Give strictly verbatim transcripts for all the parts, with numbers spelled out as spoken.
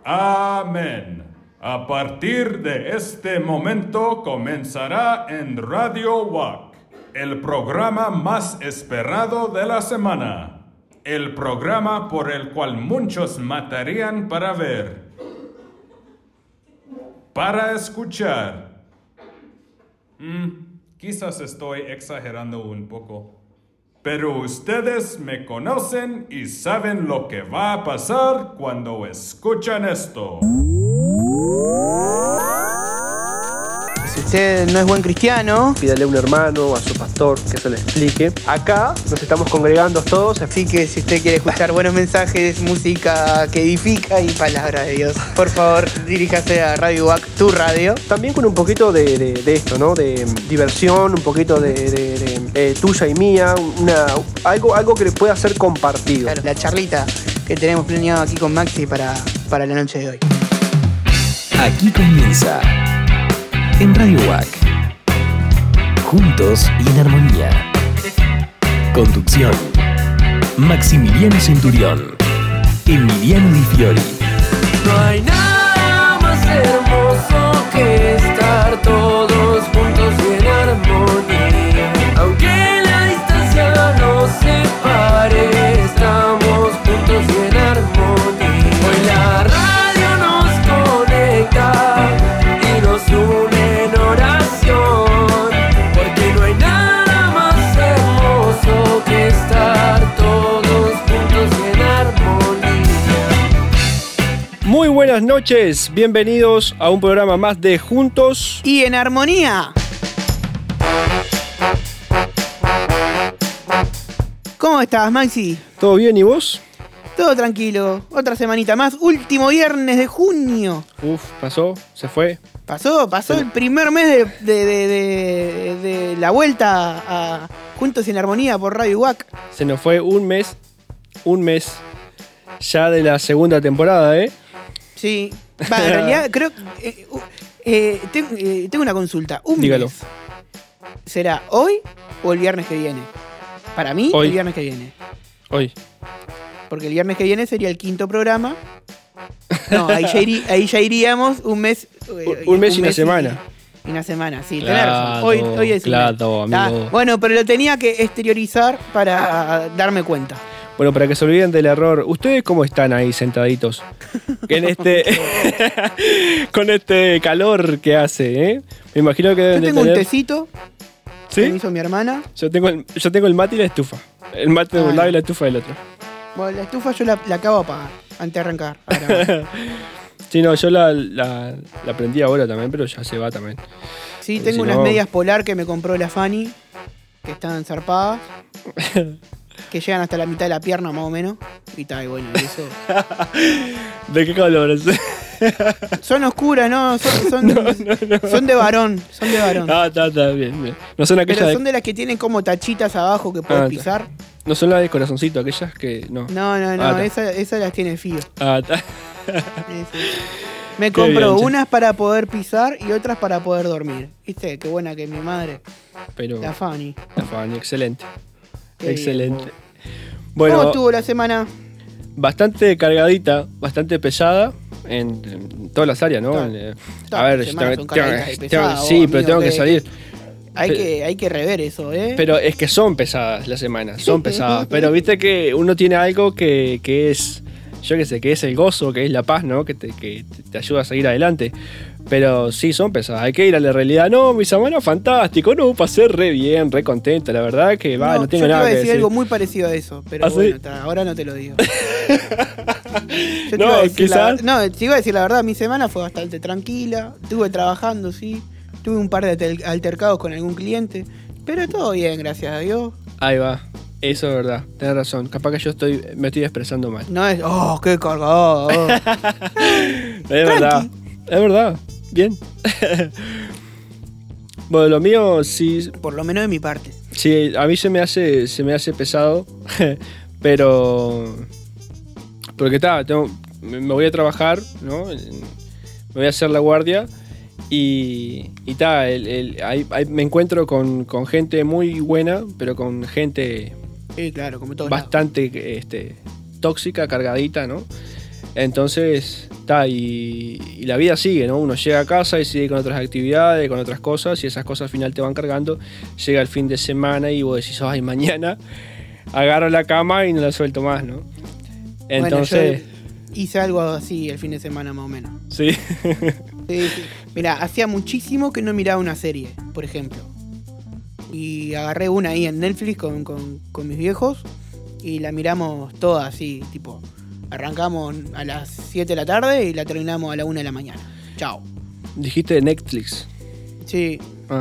Amén. A partir de este momento comenzará en Radio W A C, el programa más esperado de la semana. El programa por el cual muchos matarían para ver, para escuchar. Mm, quizás estoy exagerando un poco. Pero ustedes me conocen y saben lo que va a pasar cuando escuchan esto. Si usted no es buen cristiano, pídale a un hermano, a su pastor, que se le explique. Acá nos estamos congregando todos. Así que si usted quiere escuchar buenos mensajes, música que edifica y palabra de Dios, por favor, diríjase a Radio W A C, tu radio. También con un poquito de, de, de esto, ¿no? De diversión, un poquito de, de, de eh, tuya y mía, una, algo, algo que pueda ser compartido. Claro, la charlita que tenemos planeado aquí con Maxi para, para la noche de hoy. Aquí comienza en Radio W A C, juntos y en armonía. Conducción: Maximiliano Centurión, Emiliano Di Fiori. No hay nada más hermoso que estar todos juntos y en armonía. Aunque la distancia nos separe, estamos juntos y en armonía. Hoy la radio nos conecta y nos une en oración, porque no hay nada más hermoso que estar todos juntos y en armonía. Muy buenas noches, bienvenidos a un programa más de Juntos y en Armonía. ¿Cómo estás, Maxi? ¿Todo bien y vos? Todo tranquilo, otra semanita más, último viernes de junio. Uf, pasó, se fue. Pasó, pasó el primer mes de, de, de, de, de la vuelta a Juntos y en Armonía por Radio W A C. Se nos fue un mes, un mes ya de la segunda temporada, ¿eh? Sí, va, en realidad creo eh, eh, tengo, eh, tengo una consulta. Un Dígalo. mes. ¿Será hoy o el viernes que viene? Para mí, Hoy. el viernes que viene. Hoy. Porque el viernes que viene sería el quinto programa. No, ahí ya, irí, ahí ya iríamos un mes. Un, un mes y una semana. Y una semana, sí, tenés Claro, razón. Hoy, hoy es un claro, mes. amigo. Ah, bueno, pero lo tenía que exteriorizar para darme cuenta. Bueno, para que se olviden del error, ¿ustedes cómo están ahí sentaditos? En este con este calor que hace, ¿eh? Me imagino que deben Yo de tengo tener... un tecito. ¿Sí? Que me hizo mi hermana. Yo tengo el, yo tengo el mate y la estufa. El mate de un Ah, lado y la estufa del otro. Bueno, la estufa yo la, la acabo de apagar antes de arrancar. Ahora, Sí, no, yo la, la, la prendí ahora también, pero ya se va también. sí, Porque tengo si unas no- medias polar que me compró la Fanny, que están zarpadas, que llegan hasta la mitad de la pierna más o menos. Y tal, y bueno, y eso. ¿De qué color? Son oscuras, ¿no? Son, son, No, no, no. son de varón, son de varón. Ah, está, está, bien, bien. No son aquellas Pero de, son de las que tienen como tachitas abajo que puedes Ah, pisar. no son las de corazoncito, aquellas que no. No, no, no, Ah, está. esas esa las tiene Fío. Ah, está. Sí, sí. Me Qué compró bien, che. unas para poder pisar y otras para poder dormir. ¿Viste? Qué buena que es mi madre. Pero La Fanny. la Fanny, excelente. Qué excelente. bien, Bueno, ¿Cómo estuvo la semana? bastante cargadita, bastante pesada en, en todas las áreas, ¿no? Todas- En, eh, todas a ver, las semanas tengo- son cargaditas tengo- y pesadas, sí, vos, pero amigo, tengo que que- salir. Hay Pe- que, hay que rever eso, ¿eh? Pero es que son pesadas las semanas, son pesadas. Pero viste que uno tiene algo que, que es, yo qué sé, que es el gozo, que es la paz, ¿no? Que te, que te ayuda a seguir adelante. Pero sí, son pesadas. Hay que ir a la realidad. No, mi semana fantástico, no, pasé re bien, re contento. La verdad que va, no, tengo yo nada te iba que a decir decir. algo muy parecido a eso, pero ¿Ah, sí? bueno, ta, ahora no te lo digo. Yo te No, iba a decir la quizás- ver- no, te iba a decir la verdad, mi semana fue bastante tranquila, estuve trabajando, sí, tuve un par de tel- altercados con algún cliente, pero todo bien, gracias a Dios. Ahí va, eso es verdad, tenés razón. Capaz que yo estoy, me estoy expresando mal. No es, oh, qué cargado. oh. Es verdad, es verdad, bien. Bueno, lo mío sí, Por lo menos de mi parte. sí, a mí se me hace, se me hace pesado, pero porque está, tengo, me me voy a trabajar, ¿no? Me voy a hacer la guardia y y ta, el, el- ahí- ahí me encuentro con, con gente muy buena, pero con gente Sí, claro, como todos lados. bastante este, tóxica, cargadita, ¿no? Entonces, Ta, y, y la vida sigue, ¿no? Uno llega a casa y sigue con otras actividades, con otras cosas, y esas cosas al final te van cargando. Llega el fin de semana y vos decís, ay, mañana agarro la cama y no la suelto más, ¿no? Entonces... Bueno, yo hice algo así el fin de semana más o menos. Sí. Sí, sí. Mira, hacía muchísimo que no miraba una serie, por ejemplo. Y agarré una ahí en Netflix con, con, con mis viejos y la miramos toda así, tipo, arrancamos a las siete de la tarde y la terminamos a la una de la mañana. Chao. Dijiste Netflix. Sí. Ah.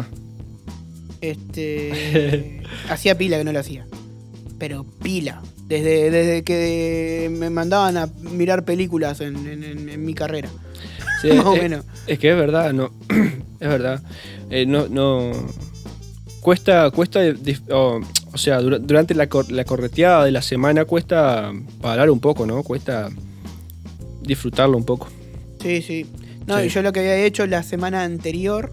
Este. Hacía pila que no lo hacía. Pero pila. Desde, desde que me mandaban a mirar películas en, en, en, en mi carrera. Sí, Más o es, menos. Es que es verdad, no. Es verdad. Eh, no, no. Cuesta, cuesta, o, o sea, dura, durante la, cor, la correteada de la semana cuesta parar un poco, ¿no? Cuesta disfrutarlo un poco. Sí, sí. No, Sí. y yo lo que había hecho la semana anterior,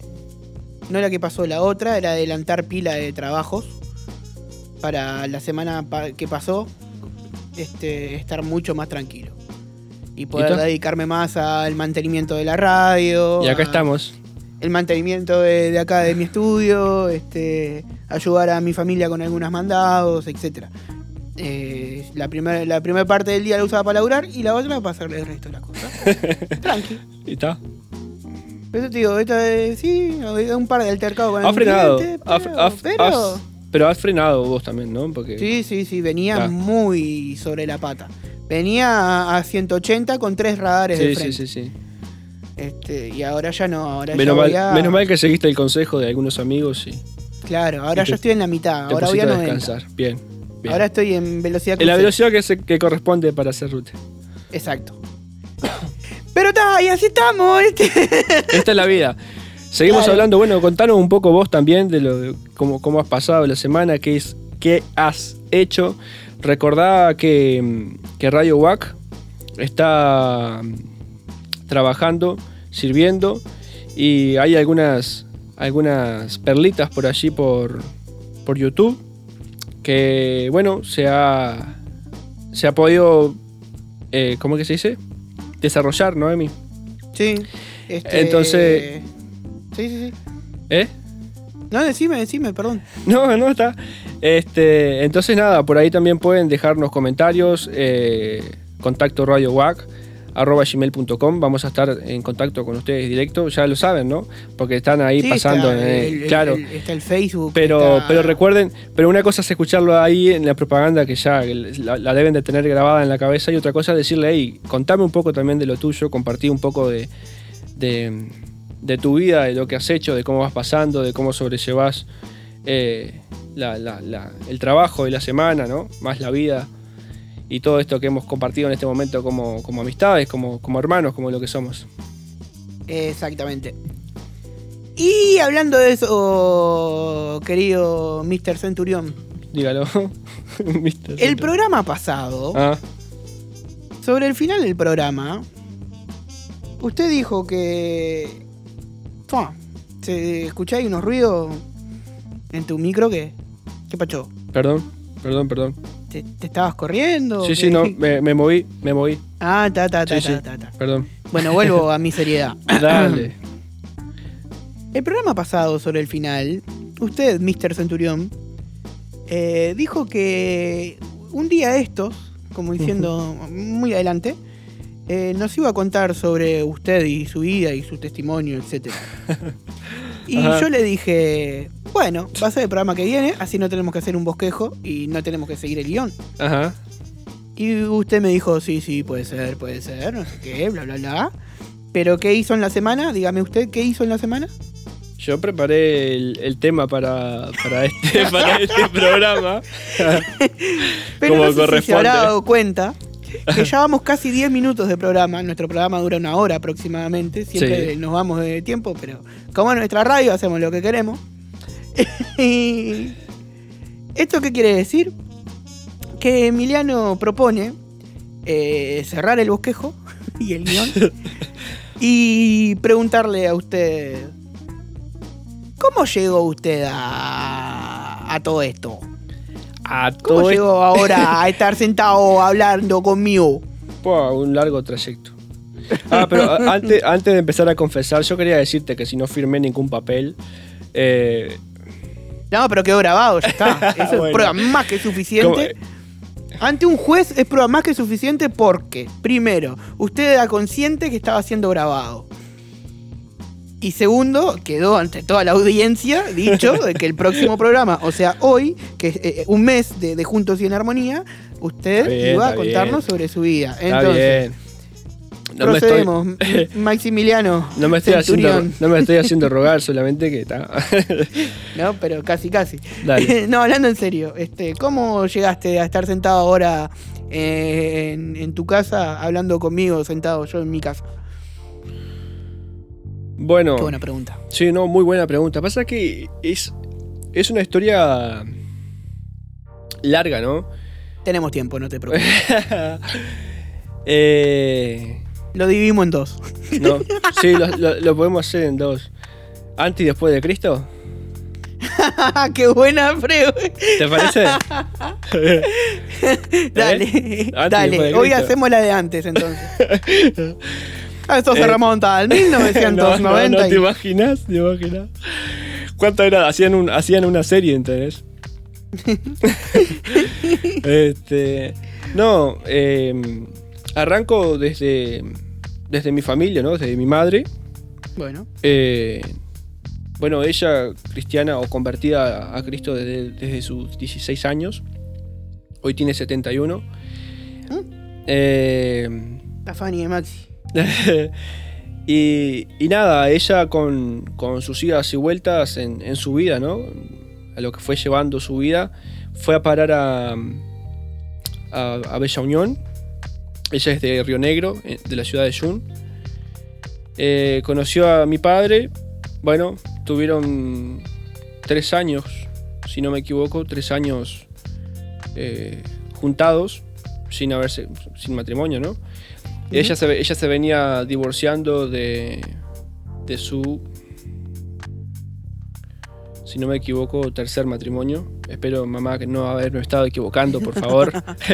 no la que pasó, la otra, era adelantar pila de trabajos para la semana pa- que pasó, este, estar mucho más tranquilo. Y poder ¿Y ta? dedicarme más al mantenimiento de la radio. Y acá a- estamos. El mantenimiento de, de acá de mi estudio, este, ayudar a mi familia con algunos mandados, etcétera. Eh, la primera la primera parte del día la usaba para laburar y la otra para hacerle el resto de las cosas. Tranqui. ¿Y está? Eso te digo, esta es, sí, un par de altercados con Ha el frenado. cliente, Ha- pero, ha- pero- has- pero has frenado vos también, ¿no? Porque sí, sí, sí, venía Ah. muy sobre la pata. Venía a, a ciento ochenta con tres radares de sí, frente. sí, sí, sí. Este, y ahora ya no, ahora Menos ya mal, voy a... menos mal que seguiste el consejo de algunos amigos y Claro, ahora y te- yo estoy en la mitad, te ahora voy pusiste a a noventa. descansar. Bien, bien. Ahora estoy en velocidad En la crucero. velocidad que, se, que corresponde para hacer ruta. Exacto. Pero está, y así estamos, este. Esta es la vida. Seguimos Claro. hablando, bueno, contanos un poco vos también de lo de cómo, cómo has pasado la semana, qué, es, qué has hecho. Recordá que, mm, que Radio W A C está mm, trabajando, sirviendo, y hay algunas, algunas perlitas por allí por, por YouTube que, bueno, se ha, se ha podido, eh, ¿cómo es que se dice? Desarrollar, ¿no, Emi? Sí. Este... Entonces- Sí, sí, sí. ¿Eh? No, decime, decime, perdón. No, no está. Este, entonces nada, por ahí también pueden dejarnos comentarios, eh, contacto radio wac arroba gmail punto com. Vamos a estar en contacto con ustedes directo, ya lo saben, ¿no? Porque están ahí Sí, pasando, está eh, el- el- claro. el- está el Facebook. Pero, está- pero recuerden, pero una cosa es escucharlo ahí en la propaganda que ya que la, la deben de tener grabada en la cabeza, y otra cosa es decirle, hey, contame un poco también de lo tuyo, compartí un poco de, de, de tu vida, de lo que has hecho, de cómo vas pasando, de cómo sobrellevas eh, la, la, la, el trabajo de la semana, ¿no? Más la vida y todo esto que hemos compartido en este momento como, como amistades, como, como hermanos, como lo que somos. Exactamente. Y hablando de eso, querido mister Centurión, Dígalo. mister el programa pasado, Ah, sobre el final del programa, usted dijo que... Fua, se escuchá ahí unos ruidos en tu micro, ¿qué? ¿Qué pacho? perdón, perdón, perdón. ¿Te, te estabas corriendo? Sí, ¿Qué? sí, no, me, me moví, me moví. Ah, ta, ta, ta, Sí, ta, sí. ta, ta. Perdón. Bueno, vuelvo a mi seriedad. Dale. El programa pasado sobre el final, usted, mister Centurión, eh, dijo que un día estos, como diciendo muy adelante, eh, nos iba a contar sobre usted y su vida y su testimonio, etcétera. Y Ajá. yo le dije, bueno, va a ser el programa que viene, así no tenemos que hacer un bosquejo y no tenemos que seguir el guión. Ajá. Y usted me dijo, sí, sí, puede ser, puede ser, no sé qué, bla, bla, bla. Pero ¿qué hizo en la semana? Dígame usted, ¿qué hizo en la semana? Yo preparé el, el tema para, para, este, para este programa. Pero Como no sé si se corresponde. habrá dado cuenta que ya vamos casi diez minutos de programa. Nuestro programa dura una hora aproximadamente. Siempre Sí. nos vamos de tiempo, pero como en nuestra radio hacemos lo que queremos. Y ¿esto qué quiere decir? Que Emiliano propone eh, cerrar el bosquejo y el guión y preguntarle a usted, ¿cómo llegó usted a, a todo esto? A ¿Cómo todo llegó ahora a estar sentado hablando conmigo? esto, un largo trayecto. Ah, pero a- antes, antes de empezar a confesar, yo quería decirte que si no firmé ningún papel, eh, No, pero quedó grabado, ya está. Eso Bueno. es prueba más que suficiente. Ante un juez es prueba más que suficiente porque, primero, usted era consciente que estaba siendo grabado. Y segundo, quedó ante toda la audiencia dicho de que el próximo programa, o sea, hoy, que es eh, un mes de, de Juntos y en Armonía, usted Está bien, iba a está contarnos bien. sobre su vida. está Entonces, bien. No me, estoy, procedemos. M- Maximiliano. no, me estoy haciendo, Centurión. no me estoy haciendo rogar, solamente que está. No, pero casi, casi. Dale. No, hablando en serio, este, ¿cómo llegaste a estar sentado ahora eh, en, en tu casa, hablando conmigo, sentado yo en mi casa? Bueno, Qué buena pregunta. sí, no, muy buena pregunta. Pasa que es, es una historia larga, ¿no? Tenemos tiempo, no te preocupes. eh, Lo dividimos en dos. no, sí, lo, lo- lo podemos hacer en dos. ¿Antes y después de Cristo? ¡Qué buena pregunta! ¿Te parece? Dale, ¿Eh? Antes y dale. después de Hoy Cristo. hacemos la de antes, entonces. Ah, Esto se Eh, remonta al mil novecientos noventa. No, no, no y- te imaginas, te imaginas. ¿Cuánto era? Hacían, un, hacían una serie, ¿entendés? este, no, eh, arranco desde, desde mi familia, ¿no? Desde mi madre. Bueno, Eh, bueno, ella cristiana o convertida a, a Cristo desde, desde sus dieciséis años. Hoy tiene setenta y uno. Eh, la Fanny de Maxi. y, y nada, ella con, con sus idas y vueltas en, en su vida, ¿no? A lo que fue llevando su vida, fue a parar a, a, a Bella Unión. Ella es de Río Negro, eh, de la ciudad de Yun. Eh, conoció a mi padre. Bueno, tuvieron tres años, si no me equivoco, tres años eh, juntados, sin haberse, sin matrimonio, ¿no? Ella, se, ella se venía divorciando de, de su, si no me equivoco, tercer matrimonio. Espero, mamá, que no haberme estado equivocando, por favor.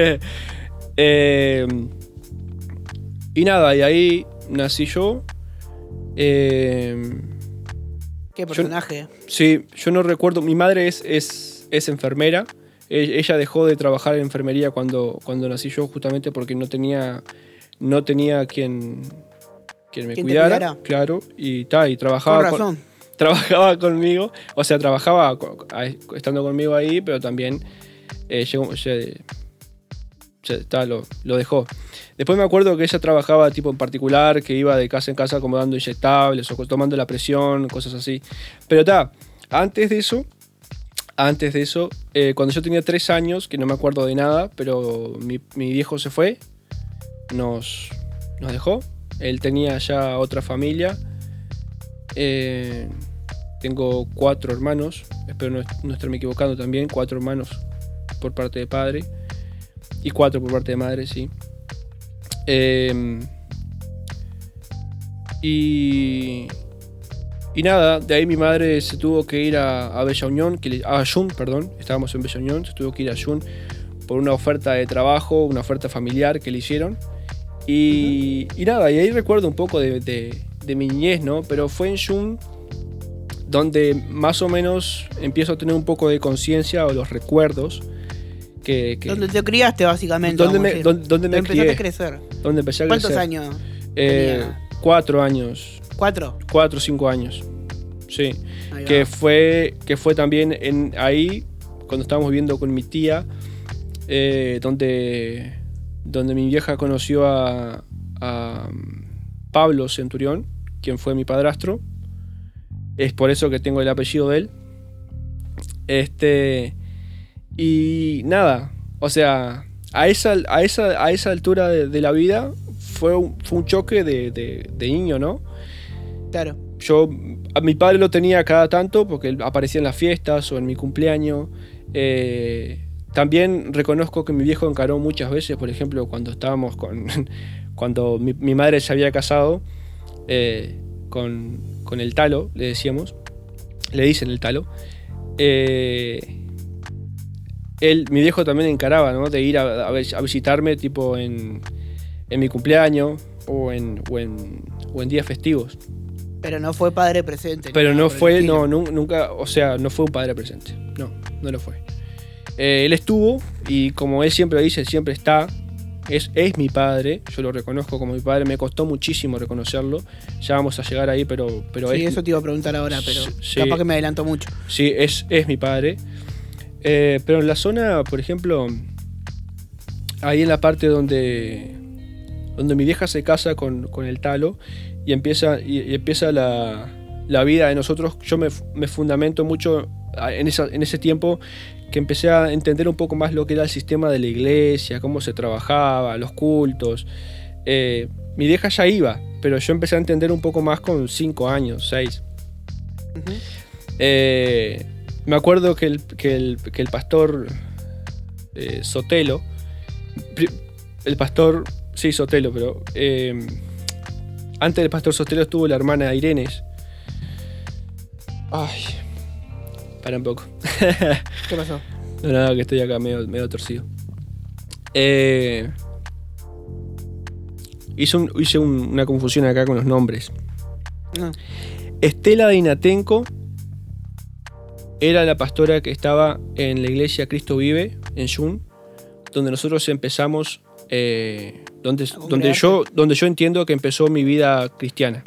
Eh, y nada, y ahí nací yo. Eh, Qué personaje. sí, yo no recuerdo, mi madre es, es, es enfermera. E- Ella dejó de trabajar en enfermería cuando, cuando nací yo, justamente porque no tenía, no tenía quien, quien me ¿Quién te cuidara. cuidara? Claro, y, ta, y trabajaba, Con con- razón. trabajaba conmigo, o sea, trabajaba co- ahí- estando conmigo ahí, pero también eh, llegó, se- se- ta, lo, lo dejó. Después me acuerdo que ella trabajaba tipo en particular, que iba de casa en casa acomodando inyectables o tomando la presión, cosas así. Pero está, antes de eso, antes de eso, eh, cuando yo tenía tres años, que no me acuerdo de nada, pero mi, mi viejo se fue, nos, nos dejó. Él tenía ya otra familia. Eh, tengo cuatro hermanos, espero no, no estarme equivocando también, cuatro hermanos por parte de padre y cuatro por parte de madre, sí. Eh, y, y nada, de ahí mi madre se tuvo que ir a, a Bella Unión, que le- a Yun, perdón, estábamos en Bella Unión, se tuvo que ir a Yun por una oferta de trabajo, una oferta familiar que le hicieron. Y, y nada, y ahí recuerdo un poco de, de, de mi niñez, ¿no? Pero fue en Yun donde más o menos empiezo a tener un poco de conciencia o los recuerdos que... que Donde te criaste, básicamente. donde vamos a me, decir. donde, donde me empezaste crié, a crecer. donde empecé a ¿Cuántos crecer. años? Eh, tenía? cuatro años, ¿Cuatro? cuatro o cinco años, sí. Ahí Que va. fue, que fue también en, ahí, cuando estábamos viviendo con mi tía, eh, donde, donde mi vieja conoció a, a Pablo Centurión, quien fue mi padrastro. Es por eso que tengo el apellido de él. Este. Y nada, o sea, a esa, a esa, a esa altura de, de la vida fue un, fue un choque de, de, de niño, ¿no? Claro. Yo, a mi padre lo tenía cada tanto porque él aparecía en las fiestas o en mi cumpleaños. Eh, también reconozco que mi viejo encaró muchas veces, por ejemplo, cuando estábamos con. Cuando mi, mi madre se había casado eh, con, con el talo, le decíamos. Le dicen el talo. Eh, él, mi viejo también encaraba, ¿no? De ir a, a, a visitarme, tipo en, en mi cumpleaños o en, o en, o en días festivos. Pero no fue padre presente. Pero no por el fue, estilo. no, nu- nunca, o sea, no fue un padre presente. No, no lo fue. Eh, él estuvo y como él siempre dice, siempre está. Es, es mi padre, yo lo reconozco como mi padre. Me costó muchísimo reconocerlo. Ya vamos a llegar ahí, pero, pero Sí, es, eso te iba a preguntar ahora, pero Sí. capaz que me adelanto mucho. sí, es, es mi padre. Eh, pero en la zona, por ejemplo, ahí en la parte donde, donde mi vieja se casa con, con el talo y empieza, y, y empieza la, la vida de nosotros, yo me, me fundamento mucho en, esa, en ese tiempo que empecé a entender un poco más lo que era el sistema de la iglesia, cómo se trabajaba, los cultos. Eh, mi vieja ya iba, pero yo empecé a entender un poco más con cinco años, seis. Ujú. Eh, me acuerdo que el, que el, que el pastor eh, Sotelo, pri- el pastor, sí, Sotelo, pero eh, antes del pastor Sotelo estuvo la hermana Irenes. Ay, para un poco. ¿Qué pasó? No, nada, que estoy acá medio, medio torcido. Eh, hice un- hice un- una confusión acá con los nombres. No. Estela de Inatenco era la pastora que estaba en la iglesia Cristo Vive, en Yun, donde nosotros empezamos, eh, donde, donde, congregarte. yo, donde yo entiendo que empezó mi vida cristiana.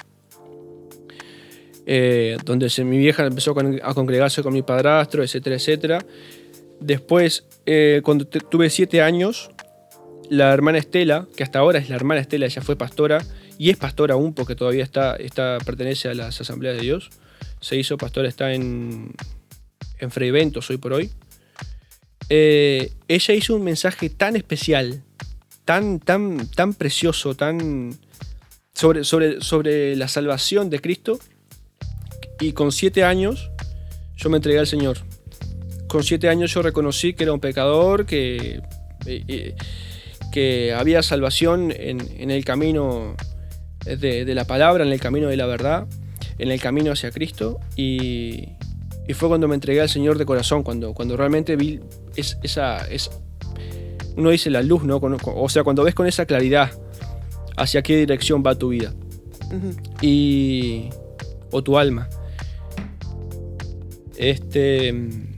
Eh, donde se- mi vieja empezó con- a congregarse con mi padrastro, etcétera, etcétera. Después, eh, cuando te- tuve siete años, la hermana Estela, que hasta ahora es la hermana Estela, ella fue pastora, y es pastora aún porque todavía está, está, pertenece a las Asambleas de Dios. Se hizo pastora, está en, en Freiventos hoy por hoy. Eh, ella hizo un mensaje tan especial, tan, tan, tan precioso, tan sobre, sobre, sobre la salvación de Cristo. Y con siete años yo me entregué al Señor. Con siete años yo reconocí que era un pecador, que, eh, eh, que había salvación en, en el camino de, de la palabra, en el camino de la verdad, en el camino hacia Cristo. Y, y fue cuando me entregué al Señor de corazón, cuando, cuando realmente vi es, esa, es, uno dice la luz, ¿no? Con- O sea, cuando ves con esa claridad hacia qué dirección va tu vida Ujú. y o tu alma. Este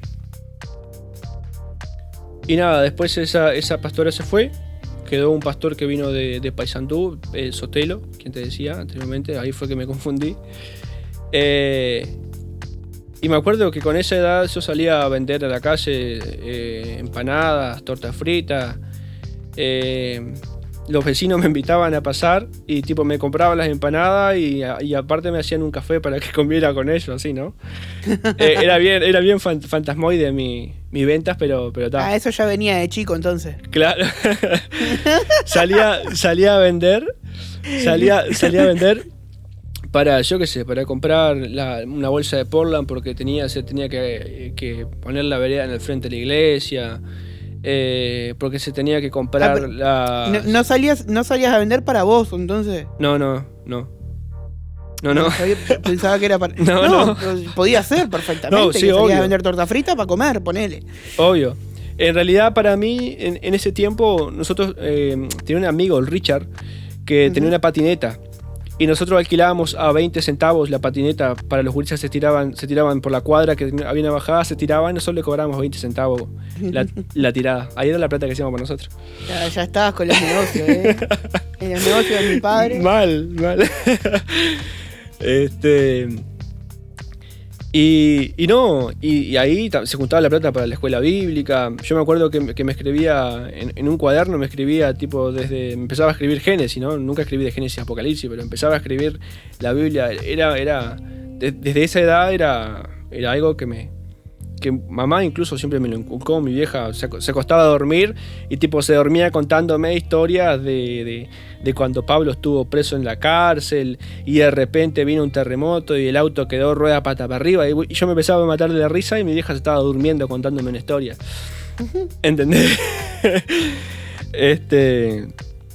y nada, después esa, esa pastora se fue, quedó un pastor que vino de, de Paysandú, eh, Sotelo, quien te decía anteriormente, ahí fue que me confundí. Eh, y me acuerdo que con esa edad yo salía a vender a la calle eh, empanadas, tortas fritas. Eh, los vecinos me invitaban a pasar y tipo me compraban las empanadas y, y aparte me hacían un café para que comiera con ellos, así, ¿no? Eh, era bien, era bien fan- fantasmoide mi, mi ventas, pero, pero ta. Ah, eso ya venía de chico entonces. Claro. salía, salía a vender. Salía, salía a vender para, yo qué sé, para comprar la- una bolsa de Portland porque tenía, se tenía que, que poner la vereda en el frente de la iglesia. eh, porque se tenía que comprar Ah, pero la. No, no salías, no salías a vender para vos, entonces. No, no, no. No, no. Sabía- Pensaba que era para. No, no. pero podía ser perfectamente. No, que sí, salías obvio. a vender torta frita para comer, ponele. Obvio. En realidad, para mí, en, en ese tiempo, nosotros eh, tenía un amigo, el Richard, que tenía una patineta. Y nosotros alquilábamos a veinte centavos la patineta para los gurises se tiraban, se tiraban por la cuadra, que había una bajada, se tiraban, y nosotros le cobrábamos veinte centavos la, la tirada. Ahí era la plata que hacíamos para nosotros. Ya, ya estabas con los negocios, ¿eh? En los negocios de mi padre. Mal, mal. este. Y, y no, y, y ahí ta- se juntaba la plata para la escuela bíblica. Yo me acuerdo que, me- que me escribía en, en un cuaderno, me escribía tipo desde. Empezaba a escribir Génesis, ¿no? Nunca escribí de Génesis a Apocalipsis, pero empezaba a escribir la Biblia. Era. era de- desde esa edad era, era algo que me. Que mamá incluso siempre me lo inculcó, mi vieja se, ac- se acostaba a dormir y tipo se dormía contándome historias de, de, de cuando Pablo estuvo preso en la cárcel y de repente vino un terremoto y el auto quedó rueda pata para arriba y, y yo me empezaba a matar de la risa y mi vieja se estaba durmiendo contándome una historia. ¿Entendés? este...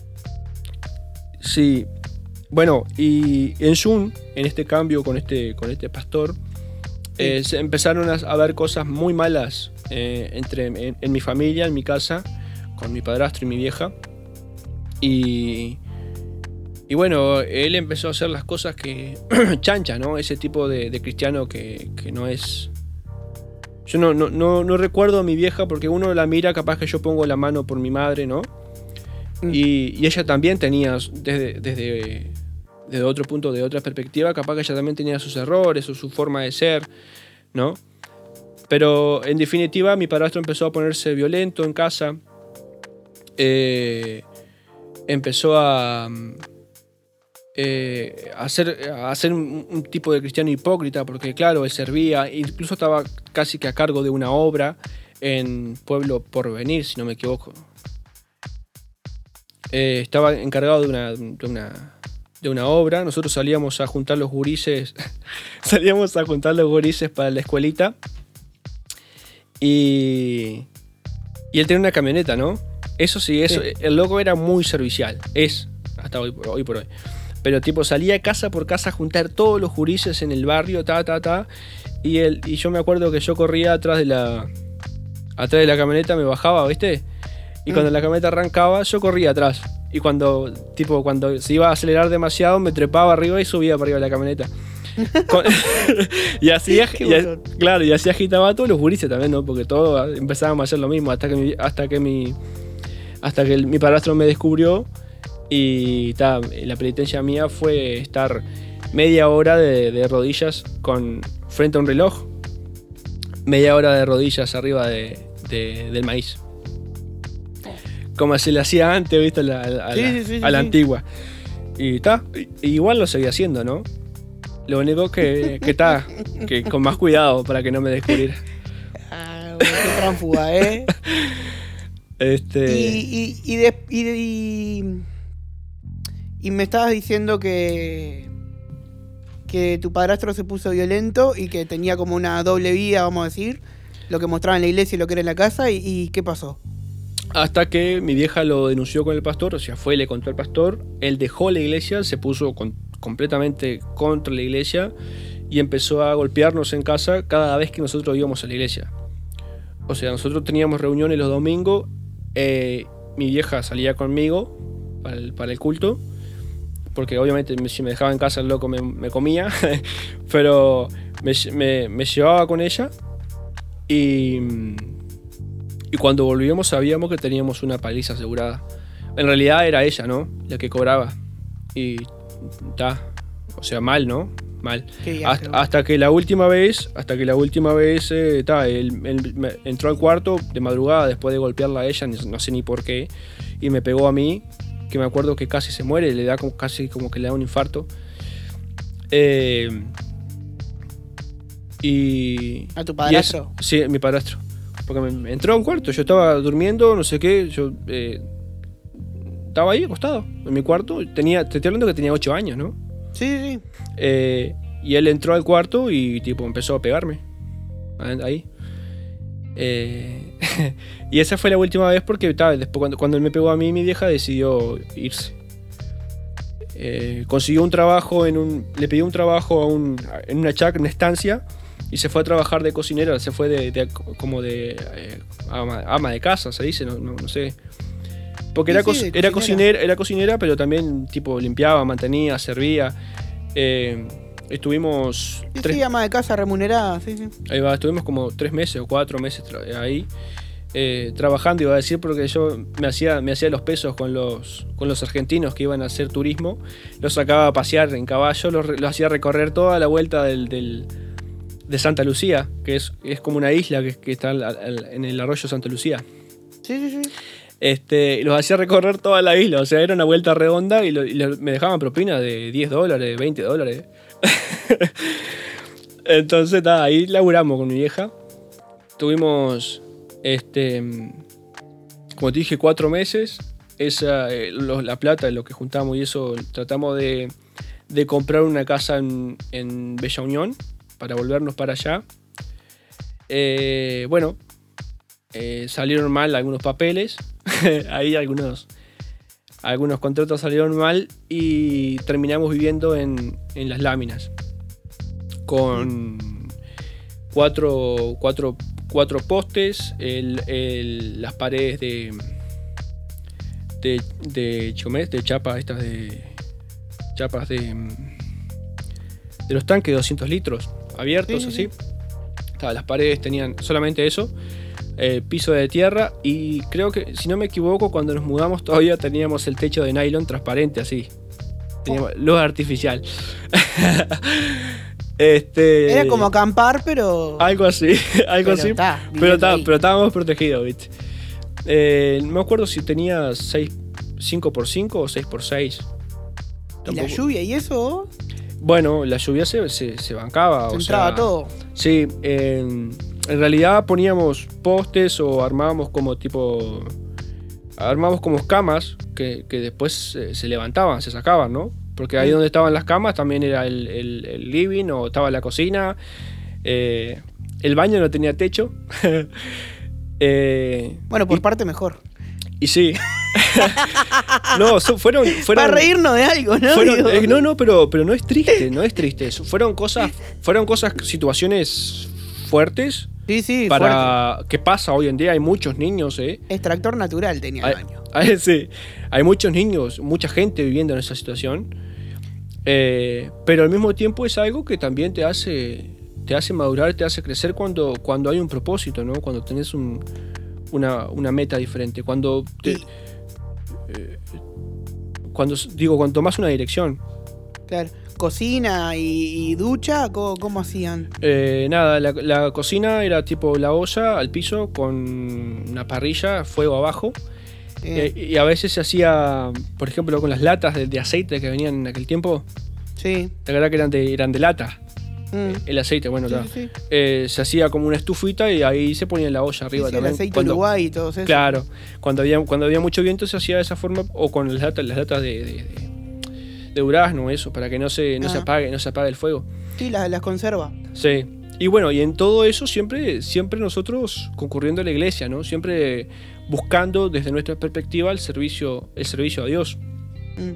Sí. Bueno, y en Zoom, en este cambio con este, con este pastor, Eh, se empezaron a, a ver cosas muy malas eh, entre, en, en mi familia, en mi casa, con mi padrastro y mi vieja. Y, y bueno, él empezó a hacer las cosas que... chancha, ¿no? Ese tipo de, de cristiano que, que no es... Yo no, no, no, no recuerdo a mi vieja porque uno la mira, capaz que yo pongo la mano por mi madre, ¿no? Mm. Y, y ella también tenía, desde, desde, desde otro punto, de otra perspectiva, capaz que ella también tenía sus errores o su forma de ser, ¿no? Pero en definitiva mi padrastro empezó a ponerse violento en casa. Eh, empezó a... Eh, a ser, a ser un, un tipo de cristiano hipócrita, porque claro, él servía, incluso estaba casi que a cargo de una obra en Pueblo Porvenir, si no me equivoco. Eh, estaba encargado de una, de una de una obra. Nosotros salíamos a juntar los gurises salíamos a juntar los gurises para la escuelita y y él tenía una camioneta, ¿no? Eso sí, eso, sí. El loco era muy servicial, es hasta hoy, hoy por hoy. Pero tipo salía casa por casa a juntar todos los gurises en el barrio, ta, ta, ta. Y, él, y yo me acuerdo que yo corría atrás de la atrás de la camioneta, me bajaba, ¿viste? Y mm. cuando la camioneta arrancaba, yo corría atrás. Y cuando tipo cuando se iba a acelerar demasiado, me trepaba arriba y subía para arriba de la camioneta. Con, y así, y, claro, y así agitaba a todos los gurises también, ¿no? Porque todos empezábamos a hacer lo mismo hasta que mi, hasta que mi, hasta que el, mi padrastro me descubrió. Y ta, la penitencia mía fue estar media hora de, de rodillas con, frente a un reloj. Media hora de rodillas arriba de, de, del maíz. Como se le hacía antes, ¿viste? A la, a sí, la, sí, sí, a la sí. antigua. Y ta, igual lo seguía haciendo, ¿no? Lo único que que ta, que con más cuidado para que no me descubriera. Ah, bueno, qué tránfuga, ¿eh? Este... Y, y, y, de, y, de, y, y me estabas diciendo que que tu padrastro se puso violento y que tenía como una doble vía, vamos a decir, lo que mostraba en la iglesia y lo que era en la casa. ¿Y, y qué pasó? Hasta que mi vieja lo denunció con el pastor, o sea, fue y le contó al pastor, él dejó la iglesia, se puso con, completamente contra la iglesia y empezó a golpearnos en casa cada vez que nosotros íbamos a la iglesia. O sea, nosotros teníamos reuniones los domingos, eh, mi vieja salía conmigo para el, para el culto, porque obviamente si me dejaba en casa el loco me, me comía, pero me, me, me llevaba con ella y, y cuando volvíamos sabíamos que teníamos una paliza asegurada. En realidad era ella, ¿no? La que cobraba. Y ta, o sea, mal, ¿no? Mal. Hasta, hasta que la última vez, hasta que la última vez, eh, ta, él, él me entró al cuarto de madrugada después de golpearla a ella, no sé ni por qué, y me pegó a mí, que me acuerdo que casi se muere, le da como, casi como que le da un infarto. Eh, y... ¿A tu padrastro? Es, sí, mi padrastro. Porque me, me entró a un cuarto, yo estaba durmiendo, no sé qué, yo eh, estaba ahí acostado en mi cuarto, tenía, te estoy hablando que tenía ocho años, ¿no? Sí, sí. Eh, y él entró al cuarto y tipo empezó a pegarme ahí. Eh, y esa fue la última vez porque ta, después cuando, cuando él me pegó a mí, mi vieja decidió irse. Eh, consiguió un trabajo en un, le pidió un trabajo a un, en una chac, una estancia, y se fue a trabajar de cocinera, se fue de, de como de eh, ama, ama de casa, se dice, no, no, no sé. Porque era, sí, sí, era, cocinera, era cocinera, pero también tipo limpiaba, mantenía, servía. Eh, estuvimos... Sí, tres... sí, ama de casa remunerada, sí, sí. Ahí va, estuvimos como tres meses o cuatro meses ahí eh, trabajando, iba a decir, porque yo me hacía, me hacía los pesos con los, con los argentinos que iban a hacer turismo. Los sacaba a pasear en caballo, los, los hacía recorrer toda la vuelta del, del, de Santa Lucía, que es, es como una isla que, que está al, al, en el arroyo Santa Lucía. Sí, sí, sí. Este, los hacía recorrer toda la isla, o sea, era una vuelta redonda y, lo, y lo, me dejaban propina de diez dólares, veinte dólares. Entonces, ta, ahí laburamos con mi vieja. Tuvimos, este, como te dije, cuatro meses. Esa, eh, lo, la plata, lo que juntamos y eso, tratamos de, de comprar una casa en, en Bella Unión para volvernos para allá. Eh, bueno, eh, salieron mal algunos papeles. Ahí algunos, algunos contratos salieron mal y terminamos viviendo en, en Las Láminas con cuatro, cuatro, cuatro postes, el, el, las paredes de de, de chomés, de chapa estas de, chapas de, de los tanques de doscientos litros, abiertos, Sí, así. sí. Estaba, las paredes tenían solamente eso, eh, piso de tierra, y creo que, si no me equivoco, cuando nos mudamos todavía teníamos el techo de nylon transparente, así. Teníamos luz artificial. este, Era como acampar, pero. Algo así, algo Pero así. está, pero, viviendo está- ahí. pero estábamos protegidos, ¿viste? Eh, no me acuerdo si tenía seis, cinco por cinco o seis por seis. ¿Y la lluvia y eso? Bueno, la lluvia se, se, se bancaba. Se o entraba sea, todo. Sí, en, en realidad poníamos postes o armábamos como tipo. Armábamos como camas que, que después se, se levantaban, se sacaban, ¿no? Porque ahí Mm. donde estaban las camas también era el, el- el living o estaba la cocina. Eh, el baño no tenía techo. eh, Bueno, por y, parte mejor. y sí. no, so- fueron, fueron. Para reírnos de algo, ¿no? Fueron- Digo. eh, no, no, pero, pero no es triste, no es triste. Eso Fueron cosas, fueron cosas, situaciones fuertes Sí, sí, fuerte. para que pasa hoy en día. Hay muchos niños, ¿eh? Extractor natural tenía Hay, el baño. hay- sí, hay muchos niños, mucha gente viviendo en esa situación. Eh, pero al mismo tiempo es algo que también te hace, te hace madurar, te hace crecer cuando, cuando hay un propósito, ¿no? Cuando tenés un, una, una meta diferente. Cuando te, Y- eh, cuando digo, cuando tomás una dirección. Claro. Cocina y, y ducha, ¿cómo, cómo hacían? Eh, nada, la, la cocina era tipo la olla al piso con una parrilla, fuego abajo. Eh, Eh, y a veces se hacía, por ejemplo, con las latas de, de aceite que venían en aquel tiempo. sí. La verdad que eran de, eran de lata. Mm. El aceite, bueno, Sí, ta. sí, sí. Eh, se hacía como una estufita y ahí se ponía la olla arriba Sí, sí, el también. aceite Cuando- Uruguay y todo eso. Claro, cuando había, cuando había mucho viento se hacía de esa forma, o con las latas, las latas de, de, de- de durazno, eso, para que no se, no se Ah. apague, no se apague el fuego. Sí, las, las conserva. Sí. Y bueno, y en todo eso siempre, siempre nosotros concurriendo a la iglesia, ¿no? Siempre buscando desde nuestra perspectiva el servicio, el servicio a Dios. Mm.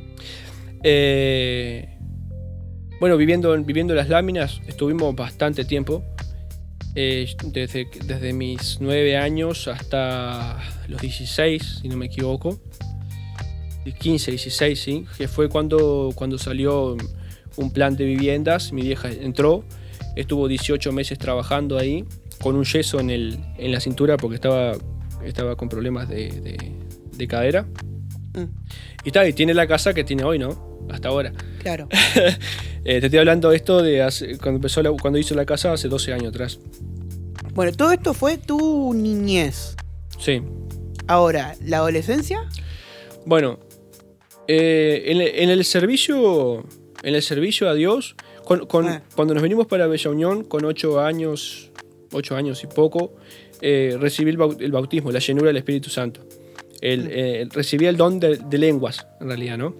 Eh, bueno, viviendo, viviendo las láminas estuvimos bastante tiempo. Eh, desde, desde mis nueve años hasta los dieciséis, si no me equivoco. quince, dieciséis, sí. Que fue cuando, cuando salió un plan de viviendas. Mi vieja entró. Estuvo dieciocho meses trabajando ahí. Con un yeso en, el, en la cintura porque estaba, estaba con problemas de, de, de cadera. Mm. Y tal, y tiene la casa que tiene hoy, ¿no? Hasta ahora. Claro. Eh, te estoy hablando de esto de hace- cuando empezó la- cuando hizo la casa hace doce años atrás. Bueno, todo esto fue tu niñez. Sí. Ahora, ¿la adolescencia? Bueno, eh, en, el- en el servicio, en el servicio a Dios, con- con- Ah. cuando nos venimos para Bella Unión con ocho años, ocho años y poco, eh, recibí el, bau- el bautismo, la llenura del Espíritu Santo. El, Mm. eh, recibí el don de, de lenguas, en realidad, ¿no?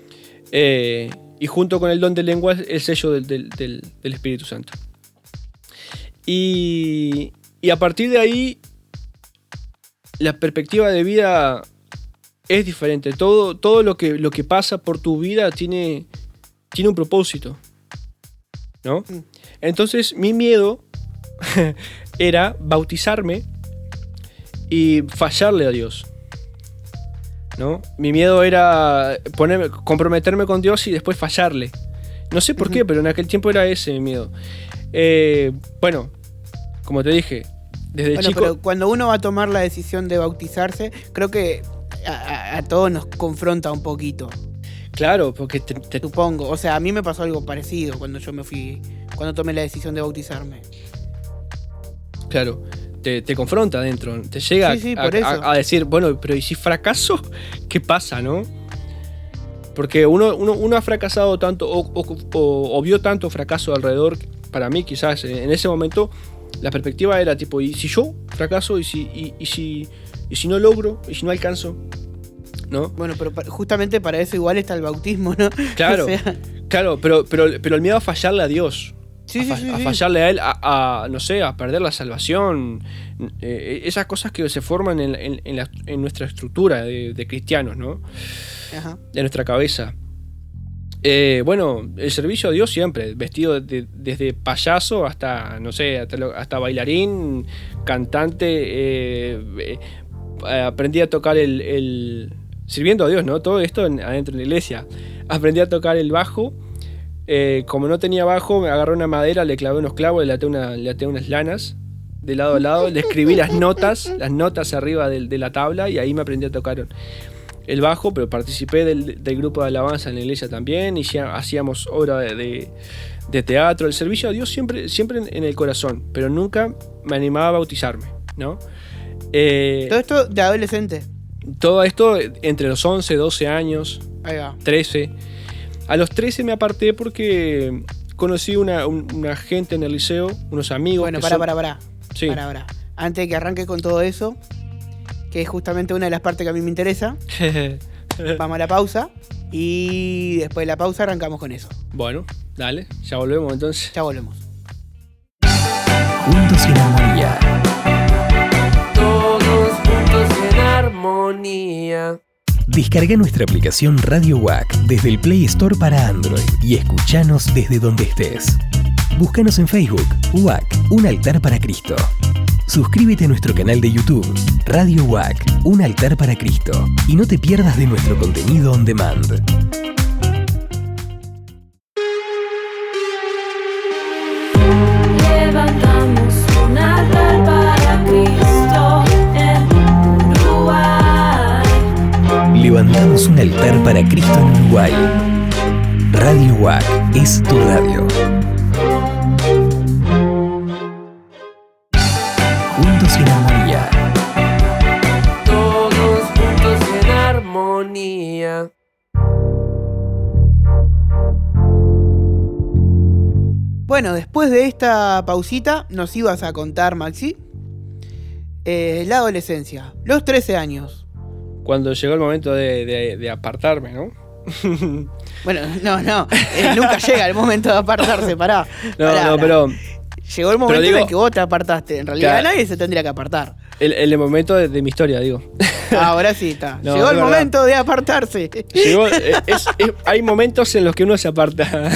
Eh, y junto con el don de lenguas, el sello del, del- del- del Espíritu Santo. Y, y a partir de ahí, la perspectiva de vida es diferente. Todo, todo lo, que, lo que pasa por tu vida tiene, tiene un propósito, ¿no? Mm. Entonces, mi miedo era bautizarme y fallarle a Dios, ¿no? Mi miedo era ponerme, comprometerme con Dios y después fallarle. No sé por Ujú. qué, pero en aquel tiempo era ese mi miedo. Eh, bueno, como te dije, desde Bueno, chico... pero cuando uno va a tomar la decisión de bautizarse, creo que a, a- a todos nos confronta un poquito, Claro, porque te- te- supongo. O sea, a mí me pasó algo parecido cuando yo me fui, cuando tomé la decisión de bautizarme. claro, te, te confronta adentro, te llega Sí, sí, a, por a- eso. a decir, bueno, pero ¿y si fracaso? ¿Qué pasa, no? Porque uno, uno, uno ha fracasado tanto o, o- o- o vio tanto fracaso alrededor, para mí quizás en ese momento la perspectiva era tipo, ¿y si yo fracaso? ¿Y si, y, y si, y si no logro? ¿Y si no alcanzo? ¿No? Bueno, pero pa- justamente para eso igual está el bautismo, ¿no? Claro, O sea, claro, pero, pero, pero el miedo a fallarle a Dios. sí, a, sí, fa- sí, a sí. fallarle a él, a, a, no sé, a perder la salvación, eh, esas cosas que se forman en, en- en la- en nuestra estructura de, de cristianos, ¿no? Ajá. De nuestra cabeza. Eh, bueno, el servicio a Dios siempre, vestido de- desde payaso hasta, no sé, hasta, lo- hasta bailarín, cantante, eh, eh, aprendí a tocar el, el- sirviendo a Dios, ¿no? Todo esto en- adentro de la iglesia. aprendí a tocar el bajo. Eh, como no tenía bajo, me agarré una madera, le clavé unos clavos, le até, una, le até unas lanas de lado a lado, le escribí las notas, las notas arriba de, de la tabla y ahí me aprendí a tocar el bajo, pero participé del, del grupo de alabanza en la iglesia también y ya hacíamos obra de, de, de teatro. El servicio a Dios siempre, siempre en, en el corazón, pero nunca me animaba a bautizarme, ¿no? Eh, Todo esto de adolescente. todo esto entre los once, doce años, Ahí va. trece. A los trece me aparté porque conocí una, un- una gente en el liceo, unos amigos. Bueno, que pará, son- pará, pará. Sí. Pará, pará. Antes de que arranque con todo eso, que es justamente una de las partes que a mí me interesa, vamos a la pausa y después de la pausa arrancamos con eso. Bueno, dale, ya volvemos entonces. Ya volvemos. Juntos y en armonía. Todos juntos y en armonía. Descarga nuestra aplicación Radio W A C desde el Play Store para Android y escuchanos desde donde estés. Búscanos en Facebook, W A C, Un Altar para Cristo. Suscríbete a nuestro canal de YouTube, Radio W A C, Un Altar para Cristo, y no te pierdas de nuestro contenido on demand. Levantamos un altar para Cristo en Uruguay. Levantamos un altar para Cristo en Uruguay. Radio W A C es tu radio. Juntos y en armonía. Todos juntos y en armonía. Bueno, después de esta pausita, nos ibas a contar, Maxi, eh, la adolescencia, los trece años. Cuando llegó el momento de, de- de apartarme, ¿no? Bueno, no, no, eh, nunca llega el momento de apartarse, pará. No, pará, no, pará. pero Llegó el momento digo- en el que vos te apartaste. En realidad Claro. nadie se tendría que apartar. el, el momento de, de mi historia, digo. Ahora sí está. No, Llegó es el verdad. momento de apartarse. Llegó, eh, es- es- hay momentos en los que uno se aparta.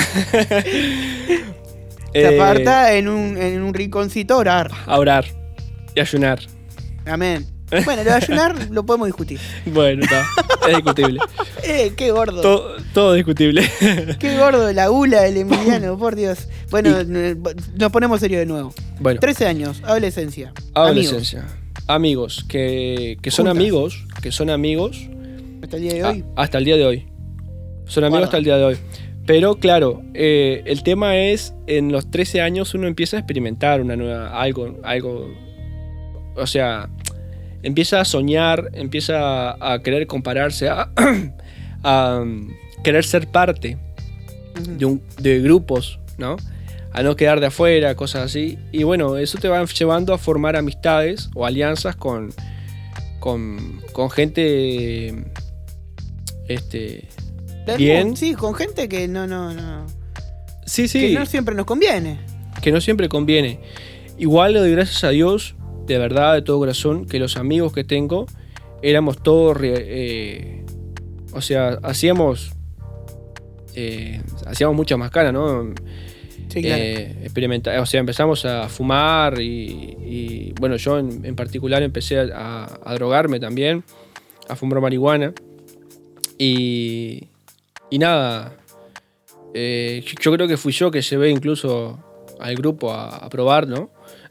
Se Eh, aparta en un, en un rinconcito a orar. A orar y ayunar. Amén. Bueno, lo de ayunar lo podemos discutir. Bueno, está, es discutible. Eh, qué gordo. Todo, todo discutible. Qué gordo la gula del Emiliano, por Dios. Bueno, n- nos ponemos serio de nuevo. Bueno, trece años, adolescencia. adolescencia. Amigos, que, que son Juntas. amigos, que son amigos Amigos, hasta el día de a- hoy. hasta el día de hoy. Son amigos Guarda. hasta el día de hoy. Pero claro, eh, el tema es, en los trece años uno empieza a experimentar una nueva, algo, algo, o sea, empieza a soñar, empieza a, a querer compararse, a, a um, querer ser parte Ujú. de, un, de grupos, ¿no? A no quedar de afuera, cosas así. Y bueno, eso te va llevando a formar amistades o alianzas con, con, con gente, este, Tenemos- bien. Sí, con gente que no, no, no. sí, sí, Que no siempre nos conviene. que no siempre conviene. Igual le doy gracias a Dios, de verdad, de todo corazón, que los amigos que tengo éramos todos, re- eh, o sea, hacíamos, eh, hacíamos mucha más cara, ¿no? Sí, claro. Eh, experimentar, o sea, empezamos a fumar y, y, bueno, yo en, en particular empecé a, a- a drogarme también, a fumar marihuana y, y nada, eh, yo- yo creo que fui yo que llevé incluso al grupo a, a probar, ¿no?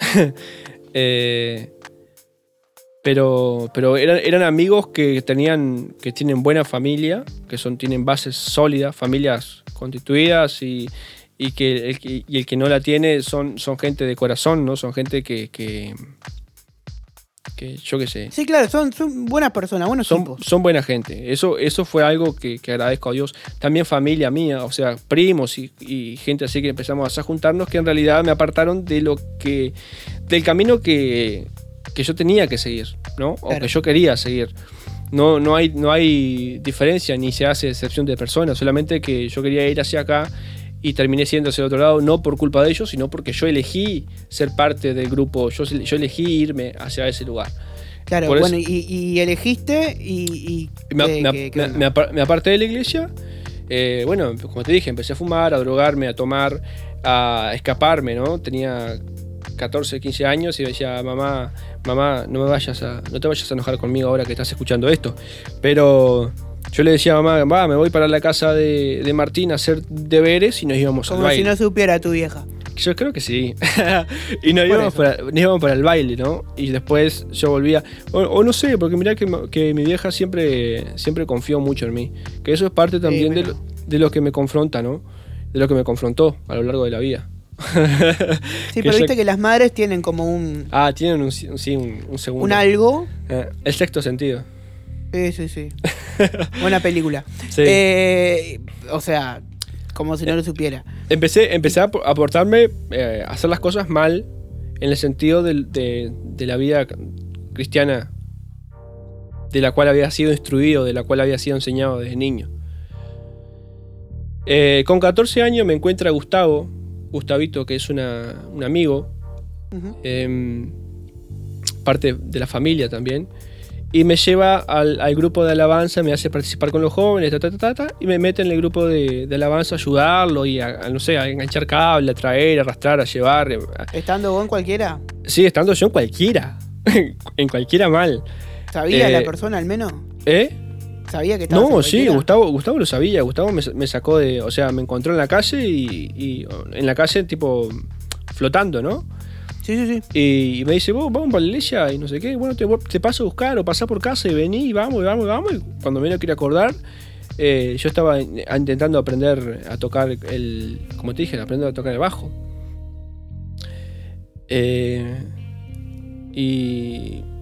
Eh, pero pero eran, eran amigos que tenían que tienen buena familia, que son tienen bases sólidas, familias constituidas y, y que el, que- y el que no la tiene son, son gente de corazón, ¿no? Son gente que, que, que yo qué sé, Sí, claro, son, son buenas personas, buenos son, tipos. son buena gente. Eso, eso fue algo que, que agradezco a Dios. También familia mía, o sea, primos y, y gente así que empezamos a juntarnos que en realidad me apartaron de lo que. Del camino que, que yo tenía que seguir, ¿no? O Claro. que yo quería seguir. No, no, hay, no hay diferencia ni se hace excepción de personas, solamente que yo quería ir hacia acá y terminé siendo hacia el otro lado, no por culpa de ellos, sino porque yo elegí ser parte del grupo, yo, yo elegí irme hacia ese lugar. Claro, por bueno, eso- y, y elegiste y. y Me, ¿qué- me- qué- qué me- onda? me apar- me aparté de la iglesia. eh, bueno, como te dije, empecé a fumar, a drogarme, a tomar, a escaparme, ¿no? Tenía catorce, quince años y decía, mamá, mamá, no me vayas a, no te vayas a enojar conmigo ahora que estás escuchando esto. Pero Yo le decía a mamá, va, me voy para la casa de, de Martín a hacer deberes y nos íbamos al Como si baile. no supiera tu vieja. Yo creo que sí. Y nos Por íbamos, eso. para, nos íbamos para el baile, ¿no? Y después yo volvía. O, o no sé, porque mirá que, que mi vieja siempre, siempre confió mucho en mí. Que eso es parte también de, mira. lo, de lo que me confronta, ¿no? De lo que me confrontó a lo largo de la vida. Sí, Que pero ella- viste que las madres tienen como un, Ah, tienen un, un- sí, un, un segundo. un algo. Eh, el sexto sentido. Sí, sí, sí. Buena película. Sí. Eh, o sea, como si no lo supiera. Empecé, empecé a ap- a portarme, eh, a hacer las cosas mal en el sentido del- de, de la vida cristiana de la cual había sido instruido, de la cual había sido enseñado desde niño. Eh, con catorce años me encuentra Gustavo, Gustavito, que es una, un amigo, Ujú. eh, parte de la familia también, y me lleva al, al grupo de alabanza, me hace participar con los jóvenes, ta, ta, ta, ta, ta, y me mete en el grupo de, de alabanza a ayudarlo y a, a, no sé, a enganchar cable, a traer, a arrastrar, a llevar. a- Estando vos en cualquiera, Sí, estando yo en cualquiera, en cualquiera mal. ¿sabía Eh, la persona al menos? ¿Eh? ¿Sabía que estabas en No, sí, cualquiera? Gustavo, Gustavo lo sabía, Gustavo me, me sacó de, o sea, me encontró en la calle y, y en la calle tipo flotando, ¿no? Sí, sí, sí. Y me dice, vos vamos para la iglesia y no sé qué, bueno, te, te paso a buscar o pasá por casa y vení y vamos, y vamos, y vamos. Y cuando me lo quiero acordar, eh, yo estaba in- intentando aprender a tocar el, como te dije, aprender a tocar el bajo. Eh, y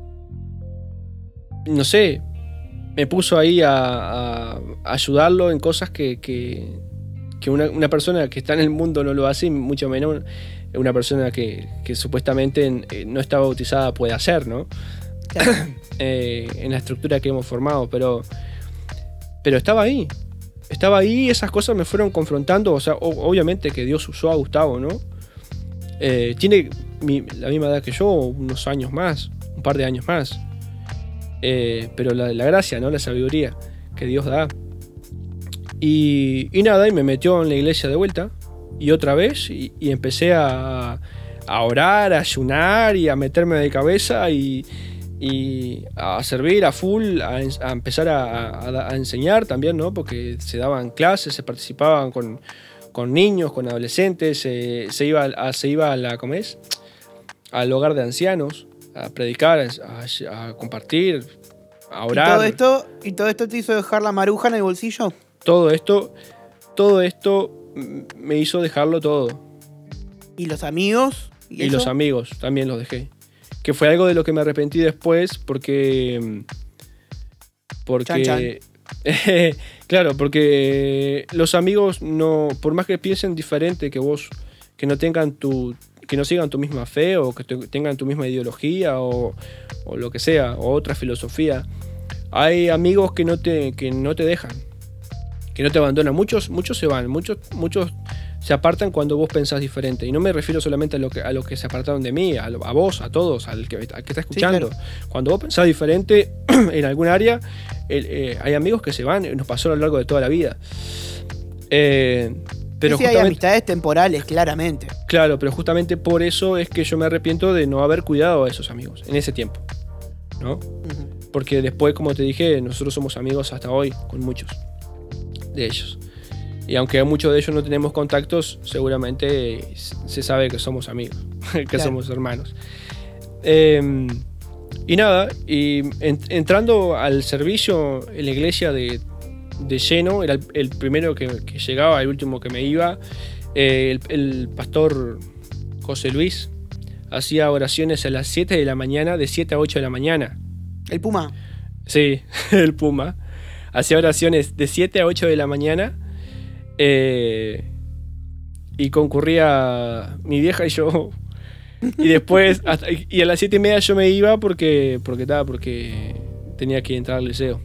no sé, me puso ahí a, a- a ayudarlo en cosas que, que, que una, una persona que está en el mundo no lo hace, y mucho menos una persona que, que supuestamente eh, no está bautizada puede hacer, ¿no? Claro. Eh, en la estructura que hemos formado, pero, pero estaba ahí. Estaba ahí y esas cosas me fueron confrontando. O sea, o- obviamente que Dios usó a Gustavo, ¿no? Eh, tiene mi- la misma edad que yo, unos años más, un par de años más. Eh, pero la, la gracia, ¿no? La sabiduría que Dios da. Y, y nada, y me metió en la iglesia de vuelta. Y otra vez, y, y empecé a, a orar, a ayunar y a meterme de cabeza y, y a servir a full, a, en- a empezar a, a- a enseñar también, ¿no? Porque se daban clases, se participaban con, con niños, con adolescentes, se, se iba, a, se iba a la, ¿cómo es? Al hogar de ancianos, a predicar, a, a compartir, a ¿Y orar. todo esto, ¿Y todo esto te hizo dejar la maruja en el bolsillo? Todo esto, todo esto mm, me hizo dejarlo todo. ¿Y los amigos? Y, ¿Y, eso? los amigos también los dejé. Que fue algo de lo que me arrepentí después porque... mm, Porque... Chan, chan. claro, porque los amigos no... Por más que piensen diferente que vos, que no tengan tu... que no sigan tu misma fe o que te- tengan tu misma ideología o, o lo que sea, o otra filosofía. Hay amigos que no te, que no te dejan, que no te abandonan. Muchos, muchos se van, muchos, muchos se apartan cuando vos pensás diferente. Y no me refiero solamente a lo que, a los que se apartaron de mí, a, lo- a vos, a todos, al que, al que está escuchando. claro. Cuando vos pensás diferente en algún área, el- eh, hay amigos que se van, nos pasó a lo largo de toda la vida. Eh, pero Sí, sí, hay justamente, amistades temporales, claramente. claro, pero justamente por eso es que yo me arrepiento de no haber cuidado a esos amigos en ese tiempo, ¿no? Ujú. Porque después, como te dije, nosotros somos amigos hasta hoy con muchos de ellos. Y aunque muchos de ellos no tenemos contactos, seguramente se sabe que somos amigos, que Claro. somos hermanos. Eh, y nada, y en- entrando al servicio en la iglesia de, de lleno, era el, el primero que, que llegaba, el último que me iba, eh, el, el pastor José Luis hacía oraciones a las siete de la mañana, de siete a ocho de la mañana. El Puma. Sí, el Puma. Hacía oraciones de siete a ocho de la mañana. eh, y concurría mi vieja y yo. Y después, hasta- y a las siete y media yo me iba porque, porque, estaba porque tenía que entrar al liceo.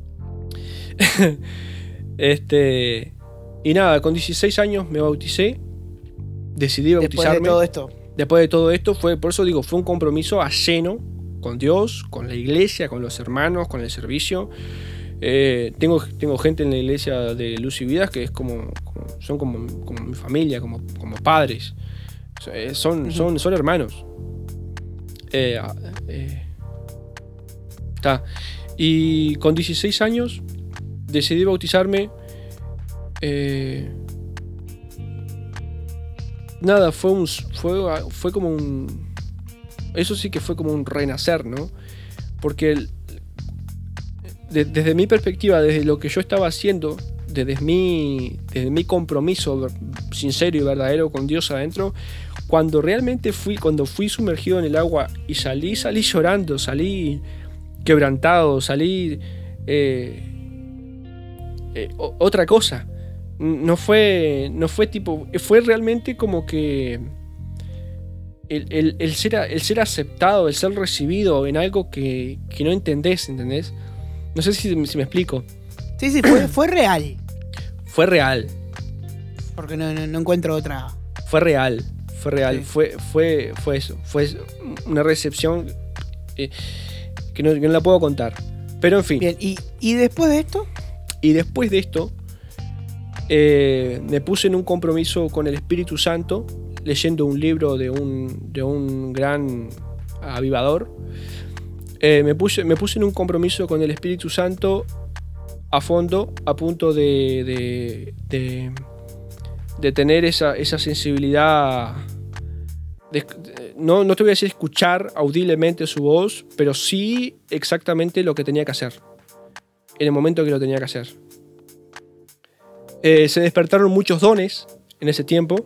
este, y nada, con dieciséis años me bauticé. Decidí Después bautizarme. de todo esto. Después de todo esto, fue, por eso digo, fue un compromiso a lleno con Dios, con la iglesia, con los hermanos, con el servicio. Eh, tengo, tengo gente en la iglesia de Luz y Vidas que es como, como- son como, como mi familia, como, como padres. Eh, Son, son, son hermanos. Eh, ah, eh, ta. Y con dieciséis años decidí bautizarme. Eh, nada, fue un fue, fue como un eso sí que fue como un renacer, ¿no? Porque el, de, desde mi perspectiva, desde lo que yo estaba haciendo, desde mi, desde mi compromiso sincero y verdadero con Dios adentro, cuando realmente fui, cuando fui sumergido en el agua y salí, salí llorando, salí quebrantado, salí eh, eh, otra cosa. No fue, no fue tipo, fue realmente como que el, el, el, ser, el ser aceptado, el ser recibido en algo que, que no entendés, ¿entendés? No sé si, si me explico. Sí, sí, fue, fue real. Fue real. Porque no, no, no encuentro otra. Fue real, fue real, Sí. fue, fue, fue eso. Fue una recepción eh, que, no, que no la puedo contar. Pero en fin. Bien, ¿y, y después de esto? Y después de esto, eh, me puse en un compromiso con el Espíritu Santo, leyendo un libro de un, de un gran avivador. Eh, me, puse, me puse en un compromiso con el Espíritu Santo a fondo, a punto de, de, de, de tener esa, esa sensibilidad. De, de, no, no te voy a decir escuchar audiblemente su voz, pero sí exactamente lo que tenía que hacer, en el momento que lo tenía que hacer. Eh, se despertaron muchos dones en ese tiempo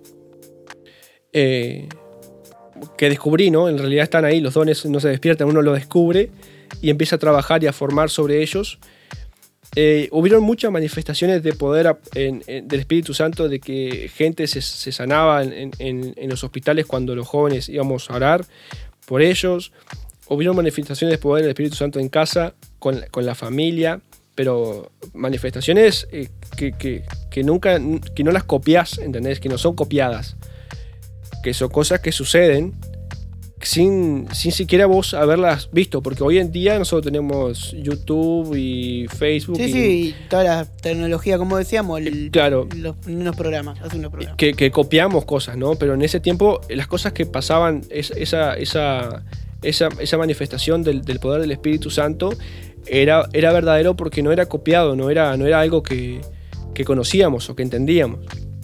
eh, que descubrí, ¿no? En realidad están ahí, los dones no se despiertan, uno los descubre y empieza a trabajar y a formar sobre ellos. Eh, hubieron muchas manifestaciones de poder en, en, del Espíritu Santo, de que gente se, se sanaba en, en, en los hospitales cuando los jóvenes íbamos a orar por ellos. Hubieron manifestaciones de poder del Espíritu Santo en casa, con, con la familia, pero manifestaciones eh, que, que, que nunca, que no las copias, ¿entendés? Que no son copiadas, que son cosas que suceden sin, sin siquiera vos haberlas visto, porque hoy en día nosotros tenemos YouTube y Facebook. Sí, y, sí, y toda la tecnología, como decíamos, el, claro, los, unos programas, hace unos programas. que, que copiamos cosas, ¿no? Pero en ese tiempo las cosas que pasaban, es, esa, esa, esa, esa manifestación del, del poder del Espíritu Santo era, era verdadero, porque no era copiado, no era, no era algo que, que conocíamos o que entendíamos.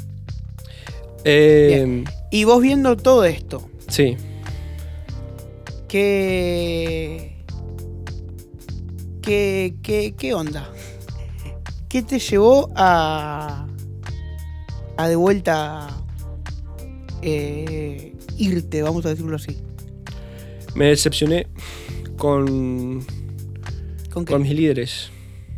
Eh, y vos viendo todo esto, sí. ¿Qué, qué, qué, qué onda? ¿Qué te llevó a, a de vuelta eh, irte, vamos a decirlo así? Me decepcioné con, ¿Con qué? con mis líderes.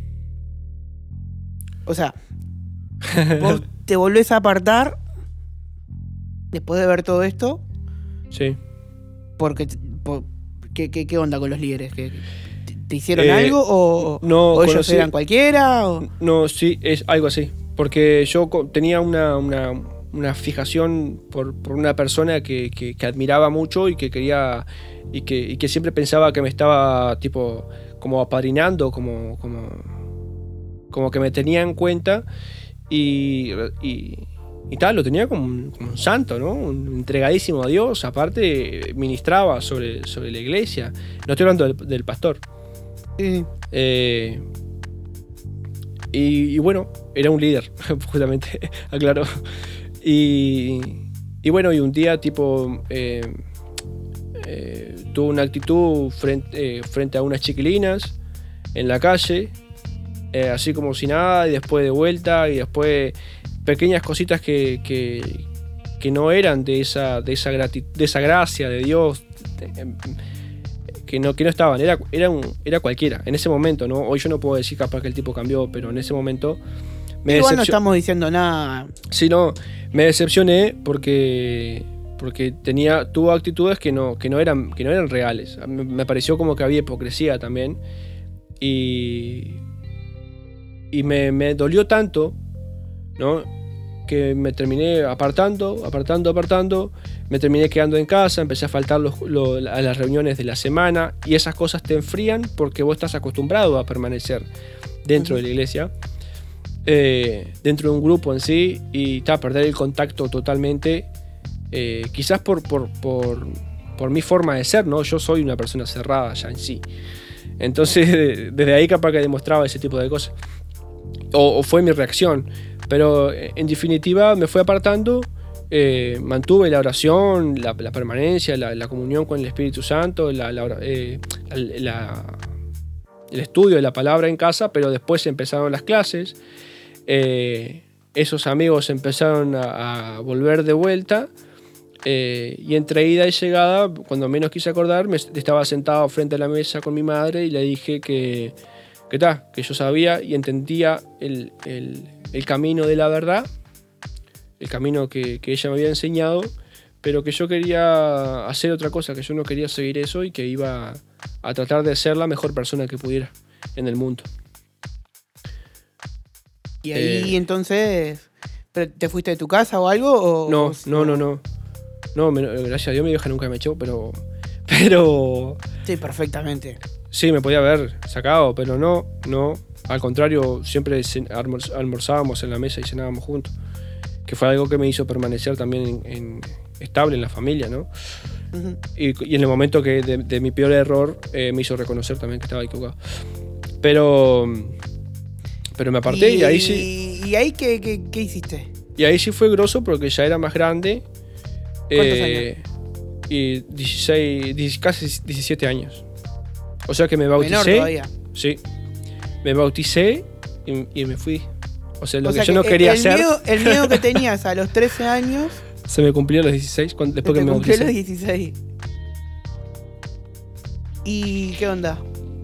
O sea, vos te volvés a apartar después de ver todo esto. Sí. Porque, por, ¿qué, qué, ¿Qué onda con los líderes? ¿Qué, te, ¿Te hicieron Eh, algo? ¿O, no, o ellos conocí- eran cualquiera? O... No, sí, es algo así. Porque yo co- tenía una, una, una fijación por, por una persona que, que, que admiraba mucho y que quería. Y que, y que siempre pensaba que me estaba tipo como apadrinando, como, como, como que me tenía en cuenta. Y, y, y tal, lo tenía como un, como un santo, ¿no? Un entregadísimo a Dios. Aparte, ministraba sobre, sobre la iglesia. No estoy hablando del, del pastor. Sí. Eh, y, y bueno, era un líder, justamente, aclaro. Y, y bueno, y un día, tipo, eh, eh, tuvo una actitud frente, eh, frente a unas chiquilinas en la calle, eh, así como si nada, y después de vuelta, y después pequeñas cositas que, que, que no eran de esa, de esa, grati- de esa gracia de Dios. de- Que no, que no estaban, era, era, un, era cualquiera, en ese momento, ¿no? Hoy yo no puedo decir capaz que el tipo cambió, pero en ese momento me Igual no decepcionó. estamos diciendo nada. Sí, no, me decepcioné porque, porque tenía, tuvo actitudes que no, que no, eran, que no eran reales. Me, me pareció como que había hipocresía también. Y, y me, me dolió tanto, ¿no? Que me terminé apartando, apartando, apartando. Me terminé quedando en casa, empecé a faltar los, lo- a las reuniones de la semana. Y esas cosas te enfrían porque vos estás acostumbrado a permanecer dentro Ujú. de la iglesia, eh, dentro de un grupo en sí, y ta, perder el contacto totalmente. eh, quizás por, por, por, por mi forma de ser, ¿no? Yo soy una persona cerrada ya en sí. Entonces, desde ahí capaz que demostraba ese tipo de cosas. o, o fue mi reacción. Pero en definitiva me fui apartando, eh, mantuve la oración, la, la permanencia, la, la comunión con el Espíritu Santo, la, la, eh, la, la, el estudio de la palabra en casa, pero después empezaron las clases. Eh, esos amigos empezaron a, a volver de vuelta. Eh, y entre ida y llegada, cuando menos quise acordar, me estaba sentado frente a la mesa con mi madre y le dije que, que, ta, que yo sabía y entendía el, el, el camino de la verdad, el camino que, que ella me había enseñado, pero que yo quería hacer otra cosa, que yo no quería seguir eso y que iba a tratar de ser la mejor persona que pudiera en el mundo. Y ahí Eh, entonces, ¿pero ¿te fuiste de tu casa o algo? O, No, o- no, no, no. No, me- gracias a Dios mi vieja nunca me echó, pero... Pero... Sí, perfectamente. Sí, me podía haber sacado, pero no, no. Al contrario, siempre cen- almor- almorzábamos en la mesa y cenábamos juntos. Que fue algo que me hizo permanecer también en, en- estable en la familia, ¿no? Ujú. Y, y en el momento que de, de mi peor error eh, me hizo reconocer también que estaba equivocado. Pero... Pero me aparté y, ahí sí... ¿Y ahí qué, qué, qué hiciste? Y ahí sí fue grosso porque ya era más grande. ¿Cuántos eh, Y dieciséis, diez- casi diecisiete años. O sea que me Menor bauticé. todavía. Sí. Me bauticé y, y me fui. O sea, lo O que sea yo no el- quería el hacer Miedo, el miedo que tenías a los trece años, se me cumplió a los dieciséis cuando, después te que me cumplió bauticé. los dieciséis. ¿Y qué onda?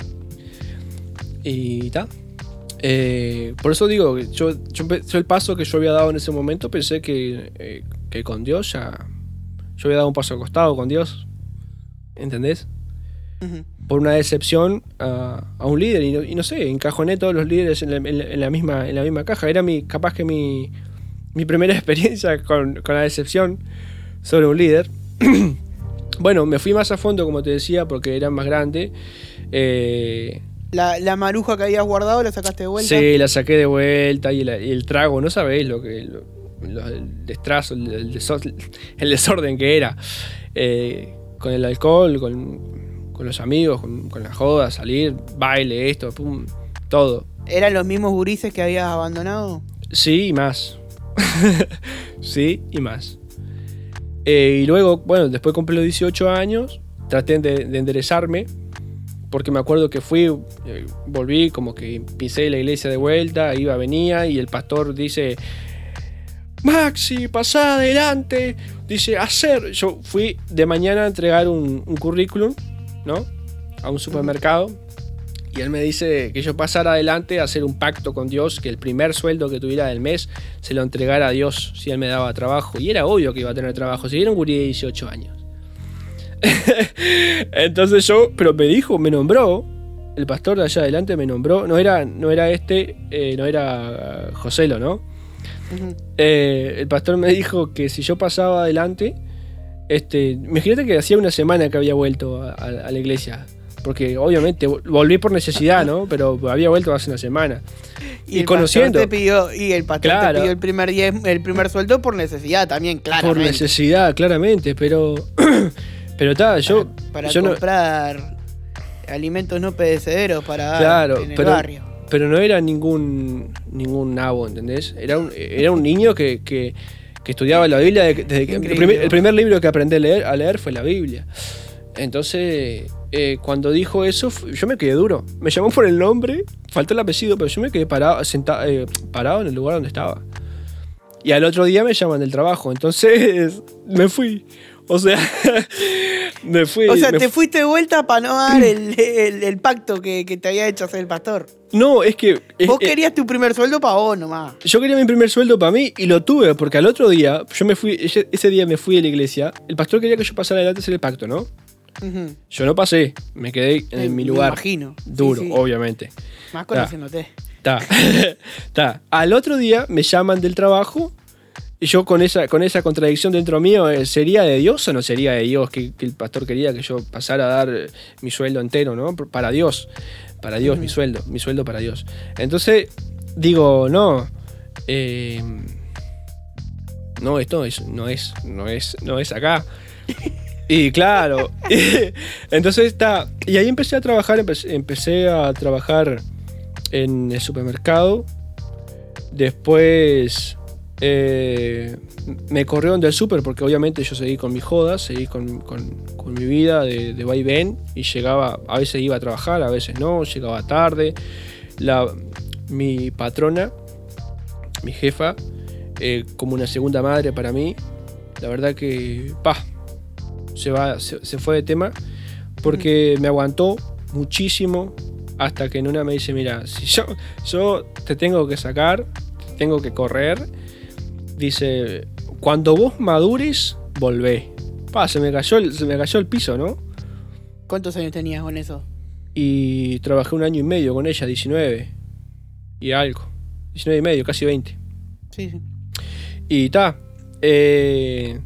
Y ta. Eh, por eso digo, que yo, yo, empe- yo el paso que yo había dado en ese momento pensé que, eh, que con Dios ya. Yo había dado un paso al costado con Dios. ¿Entendés? Ujú. Por una decepción a, a un líder. Y no, y no sé, encajoné todos los líderes en la, en la- en la misma, en la misma caja. Era mi, capaz que mi, mi primera experiencia con, con la decepción sobre un líder. Bueno, me fui más a fondo, como te decía, porque era más grande. Eh, La, la maruja que habías guardado la sacaste de vuelta. Sí, la saqué de vuelta y, la- y el trago, no sabéis lo que lo- lo- el destrazo, el, el deso- el desorden que era. Eh, con el alcohol, con, con los amigos, con, con la joda, salir, baile, esto, pum, todo. ¿Eran los mismos gurises que habías abandonado? Sí y más. Sí y más. Eh, y luego, bueno, después cumplí los dieciocho años, traté de, de enderezarme. Porque me acuerdo que fui, eh, volví, como que pisé la iglesia de vuelta, iba, venía, y el pastor dice: Maxi, pasá adelante, dice, hacer. Yo fui de mañana a entregar un, un currículum, ¿no? A un supermercado, y él me dice que yo pasara adelante a hacer un pacto con Dios, que el primer sueldo que tuviera del mes se lo entregara a Dios si él me daba trabajo. Y era obvio que iba a tener trabajo, si era un gurí de dieciocho años. Entonces yo, pero me dijo, me nombró, el pastor de allá adelante me nombró, no era, no era este, eh, no era Joselo, ¿no? Ujú. Eh, el pastor me dijo que si yo pasaba adelante, este, imagínate que hacía una semana que había vuelto a, a- a la iglesia, porque obviamente volví por necesidad, ¿no? Pero había vuelto hace una semana. Y el conociendo- pastor te pidió, y el pastor Claro. te pidió el primer, diez- el primer sueldo por necesidad también, claro. Por necesidad, claramente, pero pero está, yo Para, para yo no, comprar alimentos no perecederos para dar Claro, en el pero, barrio. pero no era ningún ningún nabo, ¿entendés? Era un, era un niño que, que, que estudiaba la Biblia desde que- desde que- el, Increíble. primer, el primer libro que aprendí a leer, a leer fue la Biblia. Entonces, eh, cuando dijo eso, fu- yo me quedé duro. Me llamó por el nombre, faltó el apellido, pero yo me quedé parado, senta- eh, parado en el lugar donde estaba. Y al otro día me llaman del trabajo, entonces me fui. O sea, me fui. O sea, me te fu- fuiste de vuelta para no dar el, el- el pacto que, que te había hecho hacer el pastor. No, es que... es- Vos eh, querías tu primer sueldo para vos nomás. Yo quería mi primer sueldo para mí y lo tuve, porque al otro día, yo me fui, ese, ese día me fui de la iglesia, el pastor quería que yo pasara adelante a hacer el pacto, ¿no? Ujú. Yo no pasé, me quedé en Sí, mi me lugar. imagino. Sí, Duro, sí. obviamente. Más conociéndote. Ta. Ta. Al otro día me llaman del trabajo y yo con esa, con esa contradicción dentro mío, eh, ¿sería de Dios o no sería de Dios que, que el pastor quería que yo pasara a dar eh, mi sueldo entero, ¿no? Para Dios, para Dios, mi sueldo, mi sueldo para Dios. Entonces digo, no, eh, no, esto es, no es, no es, no es acá. Y claro, entonces está, y ahí empecé a trabajar, empecé, empecé a trabajar en el supermercado. Después eh, me corrieron del súper porque obviamente yo seguí con mis jodas, seguí con, con, con mi vida de, de va y ven, y llegaba, a veces iba a trabajar, a veces no, llegaba tarde. La, mi patrona, mi jefa, eh, como una segunda madre para mí, la verdad que pa, se, va, se, se fue de tema porque me aguantó muchísimo hasta que en una me dice, mira, si yo, yo te tengo que sacar, te tengo que correr, dice, cuando vos madures, volvé. Pa, se me cayó el, se me cayó el piso, ¿no? ¿Cuántos años tenías con eso? Y trabajé un año y medio con ella, diecinueve y algo, diecinueve y medio, casi veinte. Sí, sí. Y ta, eh,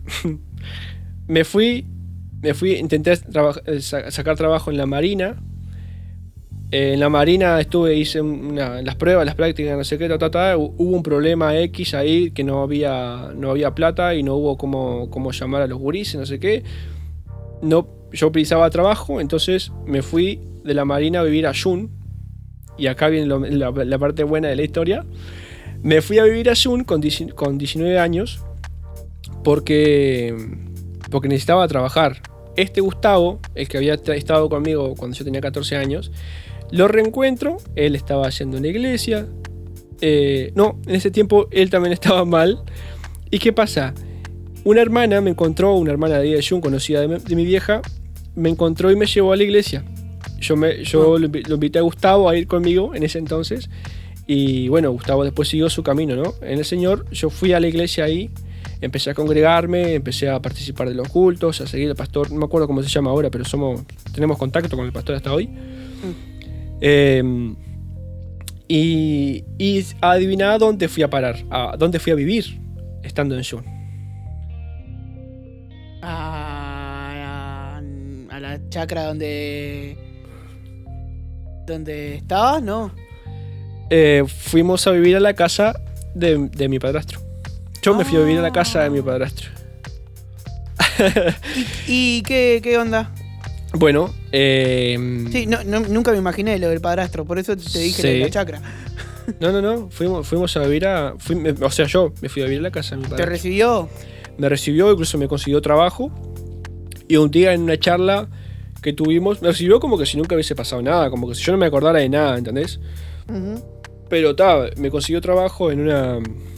me fui, me fui, intenté traba- sa- sacar trabajo en la Marina. Eh, en la Marina estuve, hice una, las pruebas, las prácticas, no sé qué, ta, ta, ta. Hubo un problema X ahí, que no había, no había plata y no hubo cómo, cómo llamar a los gurises, no sé qué. No, yo precisaba trabajo, entonces me fui de la Marina a vivir a Yun. Y acá viene lo- la, la parte buena de la historia. Me fui a vivir a Yun con, dieci- con diecinueve años porque, porque necesitaba trabajar. Este Gustavo, el que había tra- estado conmigo cuando yo tenía catorce años, lo reencuentro. Él estaba yendo a una iglesia. Eh, no, en ese tiempo él también estaba mal. ¿Y qué pasa? Una hermana me encontró, una hermana de Yun, conocida de mi, de mi vieja, me encontró y me llevó a la iglesia. Yo, me, yo lo, invi- lo invité a Gustavo a ir conmigo en ese entonces. Y bueno, Gustavo después siguió su camino, ¿no? En el Señor, yo fui a la iglesia ahí, empecé a congregarme, empecé a participar de los cultos, a seguir al pastor, no me acuerdo cómo se llama ahora, pero somos, tenemos contacto con el pastor hasta hoy. Eh, y, y adivina dónde fui a parar, a dónde fui a vivir estando en Yun. A, a, a la chacra donde. ¿Donde estabas? No. Eh, fuimos a vivir a la casa de, de mi padrastro. Yo me fui a vivir a la casa de mi padrastro. ¿Y, y qué, qué onda? Bueno, eh, Sí, no, no, nunca me imaginé lo del padrastro, por eso te dije Sí. lo de la chacra. no, no, no, fuimos, fuimos a vivir a... fui- me- o sea, yo me fui a vivir a la casa de mi ¿Te padrastro. recibió? Me recibió, incluso me consiguió trabajo. Y un día en una charla que tuvimos, me recibió como que si nunca hubiese pasado nada, como que si yo no me acordara de nada, ¿entendés? Ujú. Pero ta, me consiguió trabajo en una...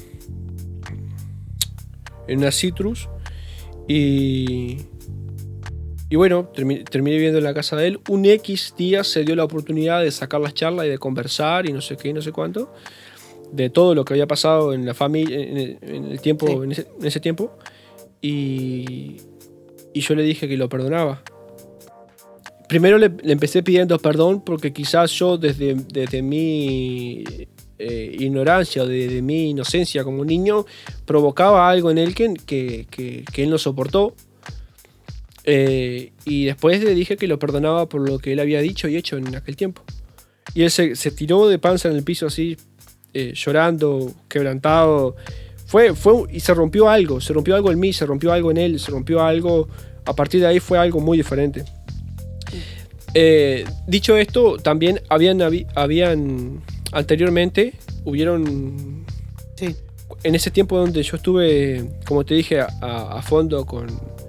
en una Citrus. Y... Y bueno, termi- terminé viviendo en la casa de él. Un X día se dio la oportunidad de sacar las charlas y de conversar y no sé qué, no sé cuánto. De todo lo que había pasado en la familia, en el, en el tiempo, Sí. en, ese, en ese tiempo. Y, y yo le dije que lo perdonaba. Primero le, le empecé pidiendo perdón porque quizás yo desde, desde mi eh, ignorancia o desde mi inocencia como niño provocaba algo en él que, que, que, que él no soportó. Eh, y después le dije que lo perdonaba por lo que él había dicho y hecho en aquel tiempo. Y él se, se tiró de panza en el piso así, eh, llorando, quebrantado. Fue, fue, y se rompió algo, se rompió algo en mí, se rompió algo en él, se rompió algo. A partir de ahí fue algo muy diferente. Eh, dicho esto, también habían, habi- habían anteriormente, hubieron, Sí. en ese tiempo donde yo estuve, como te dije, a, a fondo con,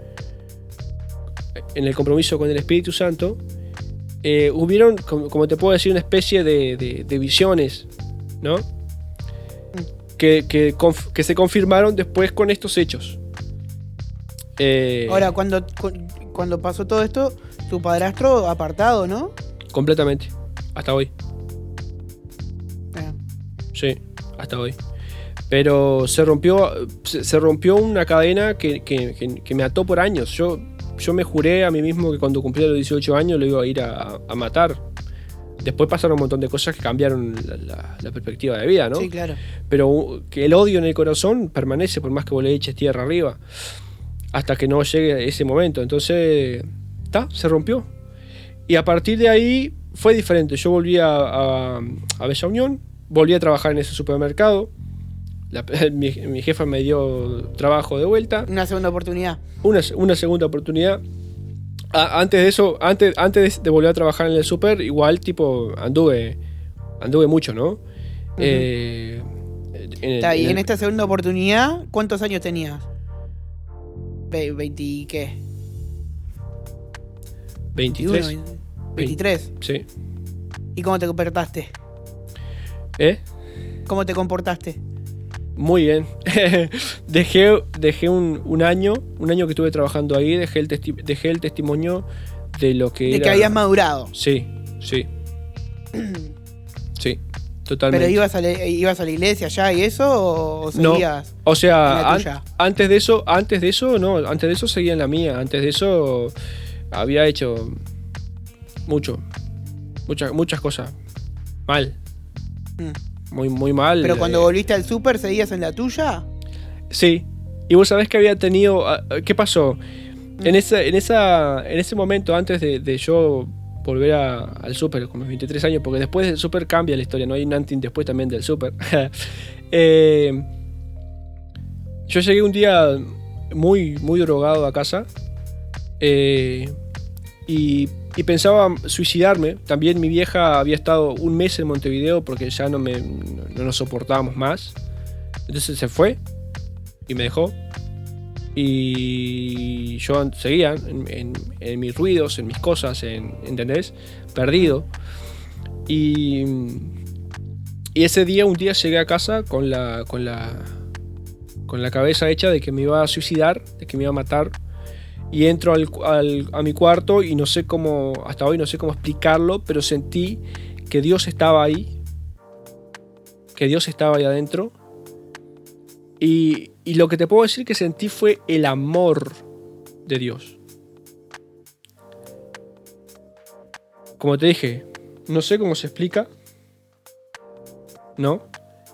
en el compromiso con el Espíritu Santo, eh, hubieron, como, como te puedo decir, una especie de, de, de visiones, ¿no? Que, que, conf- que se confirmaron después con estos hechos. Eh, Ahora, cuando, cu- cuando pasó todo esto, tu padrastro apartado, ¿no? completamente, hasta hoy. Eh, Sí, hasta hoy. Pero se rompió, se, se rompió una cadena que, que, que, que me ató por años. Yo, yo me juré a mí mismo que cuando cumpliera los dieciocho años lo iba a ir a, a matar. Después pasaron un montón de cosas que cambiaron la, la- la perspectiva de vida, ¿no? Sí, claro. Pero uh, que el odio en el corazón permanece por más que vos le eches tierra arriba. Hasta que no llegue ese momento. Entonces, ta, se rompió. Y a partir de ahí fue diferente. Yo volví a, a, a Bella Unión, volví a trabajar en ese supermercado. La- mi, mi jefa me dio trabajo de vuelta. Una segunda oportunidad. Una, una segunda oportunidad. A- antes de eso, antes, antes de volver a trabajar en el super, igual tipo anduve, anduve mucho, ¿no? Eh, En, Está, y en en el- esta segunda oportunidad, ¿cuántos años tenías? Ve- ¿veinte qué? veintitrés. veintiuno, veintitrés. Sí. ¿Y cómo te comportaste? ¿Eh? ¿Cómo te comportaste? Muy bien. dejé dejé un, un año, un año que estuve trabajando ahí, dejé el, testi- dejé el testimonio de lo que De era... que habías madurado. Sí, sí. Sí, totalmente. ¿Pero ibas a, la, ibas a la iglesia ya y eso? ¿O No, seguías? o en sea, la an- tuya? antes de eso, antes de eso, no, antes de eso seguía en la mía, antes de eso había hecho mucho, muchas, muchas cosas mal, Mm. muy, muy mal. ¿Pero cuando eh, volviste al súper seguías en la tuya? Sí, y vos sabés que había tenido, ah, ¿qué pasó? En esa, en esa, en ese momento antes de, de yo volver a- al súper con mis veintitrés años, porque después del súper cambia la historia, no hay un antes y un después también del súper. eh, yo llegué un día muy, muy drogado a casa eh, y, y pensaba suicidarme. También mi vieja había estado un mes en Montevideo porque ya no, me, no, no nos soportábamos más. Entonces se fue y me dejó. Y yo seguía en, en- en mis ruidos, en mis cosas, en, ¿entendés? Perdido. Y, y ese día, un día llegué a casa con la, con la, con la cabeza hecha de que me iba a suicidar, de que me iba a matar. Y entro al, al- a mi cuarto y no sé cómo, hasta hoy no sé cómo explicarlo, pero sentí que Dios estaba ahí, que Dios estaba ahí adentro. Y, y lo que te puedo decir que sentí fue el amor de Dios. Como te dije, no sé cómo se explica, ¿no?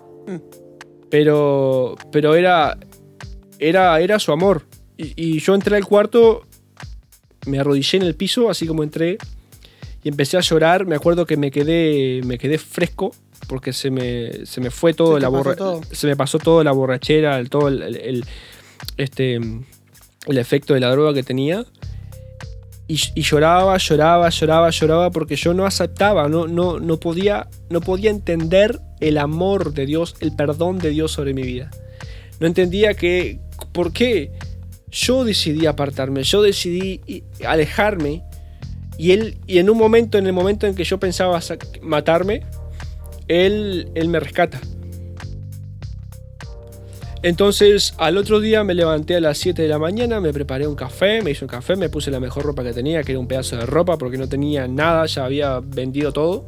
Pero, pero era, era, era su amor. Y, y yo entré al cuarto, me arrodillé en el piso, así como entré, y empecé a llorar. Me acuerdo que me quedé, me quedé fresco, porque se me, se me fue todo Se te la pasó borra- todo. se me pasó toda la borrachera, el, todo el, el- el- este, el efecto de la droga que tenía. Y, y lloraba, lloraba, lloraba, lloraba, porque yo no aceptaba, no, no, no, podía, no podía entender el amor de Dios, el perdón de Dios sobre mi vida. No entendía que, por qué yo decidí apartarme, yo decidí i- alejarme. Y él, y en un momento, en el momento en que yo pensaba sa- matarme, él, él me rescata. Entonces, al otro día me levanté a las siete de la mañana, me preparé un café, me hice un café, me puse la mejor ropa que tenía, que era un pedazo de ropa, porque no tenía nada, ya había vendido todo.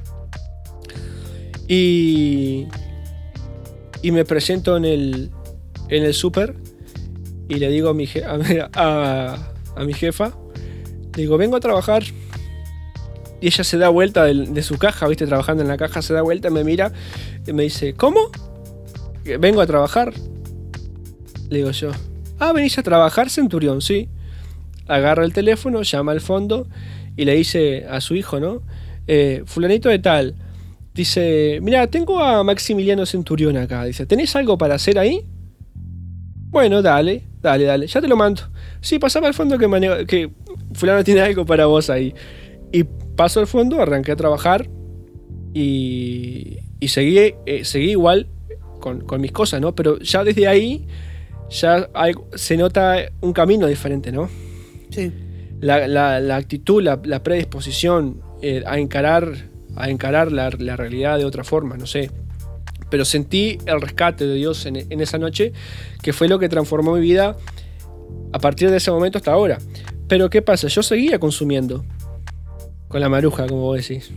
Y, y me presento en el, en el súper y le digo a mi, je- a, a- a mi jefa, le digo, vengo a trabajar. Y ella se da vuelta de, de su caja, viste, trabajando en la caja, se da vuelta, me mira y me dice, ¿cómo? Vengo a trabajar. Le digo yo, ah, ¿venís a trabajar, Centurión? Sí. Agarra el teléfono, llama al fondo y le dice a su hijo, ¿no? Eh, fulanito de tal. Dice, mira, tengo a Maximiliano Centurión acá. Dice, ¿tenés algo para hacer ahí? Bueno, dale, dale, dale, ya te lo mando. Sí, pasame al fondo que, manejo, que fulano tiene algo para vos ahí. Y paso al fondo, arranqué a trabajar y, y seguí, eh, seguí igual con, con mis cosas, ¿no? Pero ya desde ahí ya hay- se nota un camino diferente, ¿no? Sí. La, la- la actitud, la, la predisposición eh, a encarar, a encarar la, la realidad de otra forma, no sé. Pero sentí el rescate de Dios en, en esa noche, que fue lo que transformó mi vida a partir de ese momento hasta ahora. Pero ¿qué pasa? Yo seguía consumiendo con la maruja, como vos decís.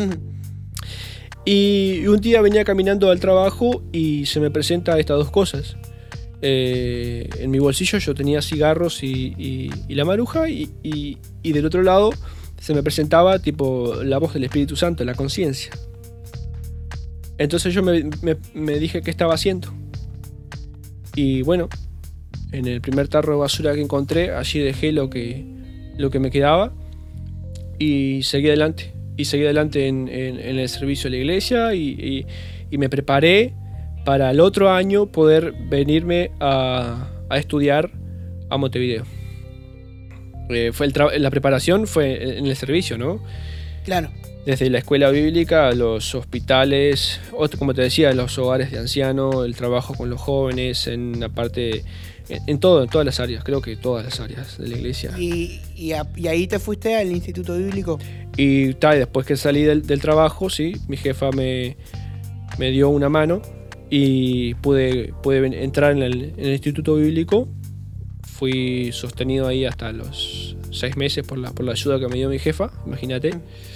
Y un día venía caminando al trabajo y se me presentan estas dos cosas. Eh, en mi bolsillo yo tenía cigarros y, y- y la maruja, y, y- y del otro lado se me presentaba tipo la voz del Espíritu Santo, la conciencia. Entonces yo me, me- me dije qué estaba haciendo. Y bueno, en el primer tarro de basura que encontré, allí dejé lo que, lo que me quedaba y seguí adelante. Y seguí adelante en, en- en el servicio de la iglesia y, y- y me preparé para el otro año poder venirme a, a estudiar a Montevideo. Eh, fue el tra- la preparación fue en el servicio, ¿no? Claro. Desde la escuela bíblica, los hospitales, o, como te decía, los hogares de ancianos, el trabajo con los jóvenes, en la parte, en, en todo, en todas las áreas, creo que todas las áreas de la iglesia. ¿Y, y, a- y ahí te fuiste al Instituto Bíblico? Y tal, después que salí del, del trabajo, sí, mi jefa me, me dio una mano y pude, pude ven- entrar en el, en el Instituto Bíblico. Fui sostenido ahí hasta los seis meses por la, por la ayuda que me dio mi jefa, imagínate.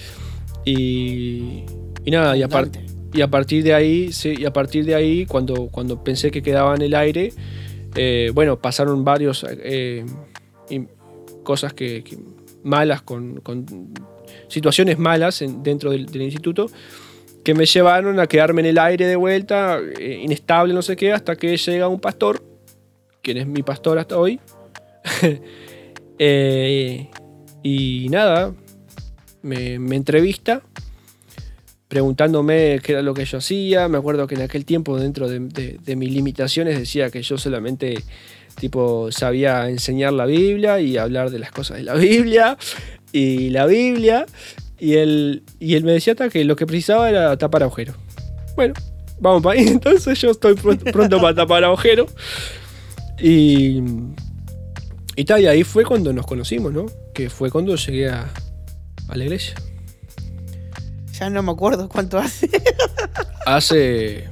Y, y nada, y a, par- Abundante. y a partir de ahí, sí, y a partir de ahí, cuando, cuando pensé que quedaba en el aire, eh, bueno, pasaron varios eh, y cosas que, que malas, con, con situaciones malas en- dentro del, del instituto, que me llevaron a quedarme en el aire de vuelta, eh, inestable, no sé qué, hasta que llega un pastor, quien es mi pastor hasta hoy. Eh, y nada, me, me entrevista preguntándome qué era lo que yo hacía. Me acuerdo que en aquel tiempo, dentro de, de- de mis limitaciones, decía que yo solamente tipo sabía enseñar la Biblia y hablar de las cosas de la Biblia y la Biblia. Y él, y él me decía hasta que lo que precisaba era tapar agujeros. Bueno, vamos para ahí. Entonces yo estoy pronto, pronto para tapar agujeros. Y, y tal, y ahí fue cuando nos conocimos, ¿no? Que fue cuando llegué a, a la iglesia. Ya no me acuerdo cuánto hace. Hace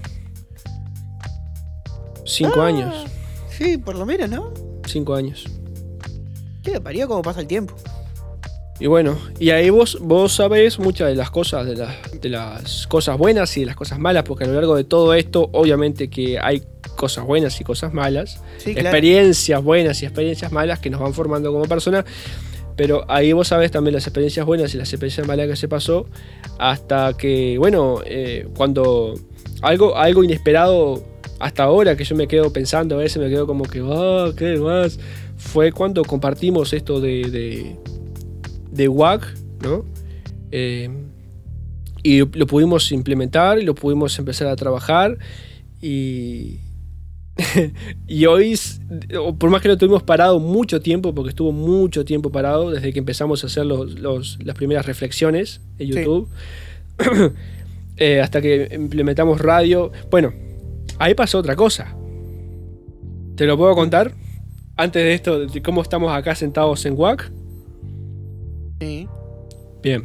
cinco Ah. años. Sí, por lo menos, ¿no? Cinco años. ¿Qué parió cómo pasa el tiempo? Y bueno, y ahí vos, vos sabés muchas de las cosas, de, las de las cosas buenas y de las cosas malas, porque a lo largo de todo esto, obviamente que hay cosas buenas y cosas malas, Sí, claro. experiencias buenas y experiencias malas que nos van formando como personas, pero ahí vos sabés también las experiencias buenas y las experiencias malas que se pasó, hasta que, bueno, eh, cuando algo, algo inesperado hasta ahora, que yo me quedo pensando, a veces me quedo como que, oh, ¿qué más? Fue cuando compartimos esto de... de de W A C, ¿no? Eh, y lo pudimos implementar y lo pudimos empezar a trabajar y, y hoy, por más que lo tuvimos parado mucho tiempo, porque estuvo mucho tiempo parado desde que empezamos a hacer los, los, las primeras reflexiones en YouTube, sí. eh, hasta que implementamos radio. Bueno, ahí pasó otra cosa. ¿Te lo puedo contar? Antes de esto, de cómo estamos acá sentados en W A C. Sí. Bien.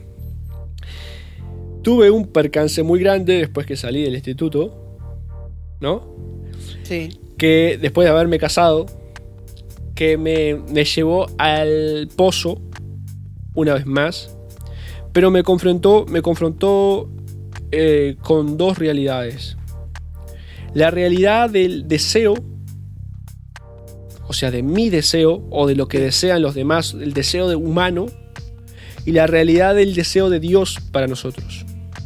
Tuve un percance muy grande después que salí del instituto, ¿no? Sí. Que después de haberme casado, que me, me llevó al pozo una vez más, pero me confrontó, me confrontó eh, con dos realidades. La realidad del deseo, o sea, de mi deseo o de lo que desean los demás, el deseo de humano, y la realidad del deseo de Dios para nosotros.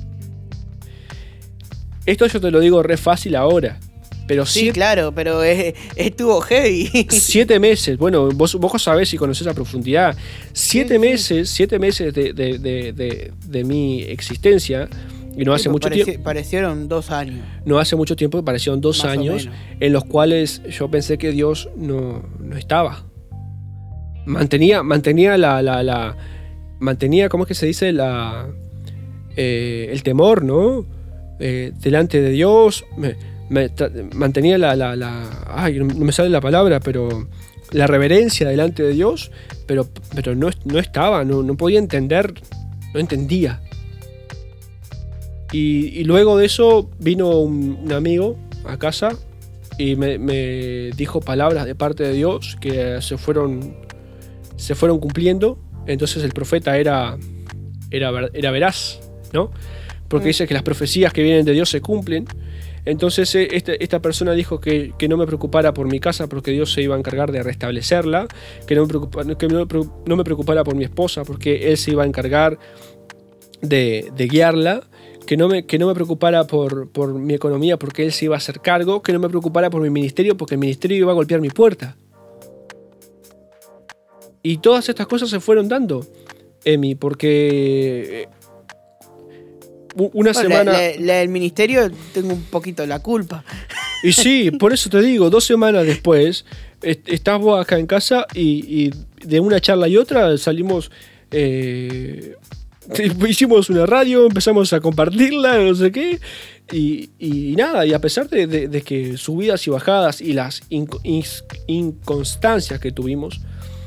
Esto yo te lo digo re fácil ahora, pero Sí, siete, claro, pero es- estuvo heavy. siete meses, bueno, vos, vos sabés y conocés a profundidad, siete Sí, sí. meses, siete meses de, de, de, de, de mi existencia, y no hace Sí, pues mucho pareci- tiempo, Parecieron dos años. no hace mucho tiempo, parecieron dos Más o años, menos. en los cuales yo pensé que Dios no, no estaba. Mantenía, mantenía la, la, la mantenía, ¿cómo es que se dice? La, eh, el temor, ¿no? Eh, delante de Dios, me, me tra- mantenía la, la, la, ay, no me sale la palabra, pero la reverencia delante de Dios, pero, pero no, no estaba, no, no podía entender, no entendía. Y, y luego de eso vino un, un amigo a casa y me, me dijo palabras de parte de Dios que se fueron, se fueron cumpliendo. Entonces el profeta era, era, ver- era veraz, ¿no? Porque dice que las profecías que vienen de Dios se cumplen. Entonces eh, este- esta persona dijo que, que no me preocupara por mi casa porque Dios se iba a encargar de restablecerla, que no me preocupa- que no me preo- no me preocupara por mi esposa porque Él se iba a encargar de, de guiarla, que no me, que no me preocupara por, por mi economía porque Él se iba a hacer cargo, que no me preocupara por mi ministerio porque el ministerio iba a golpear mi puerta. Y todas estas cosas se fueron dando, Emi, porque u- una Bueno, semana... la, la- la del ministerio tengo un poquito la culpa. Y sí, por eso te digo, dos semanas después, est- estás vos acá en casa y, y de una charla y otra salimos eh, hicimos una radio, empezamos a compartirla, no sé qué, y, y nada, y a pesar de, de, de que subidas y bajadas y las inc- inc- inconstancias que tuvimos,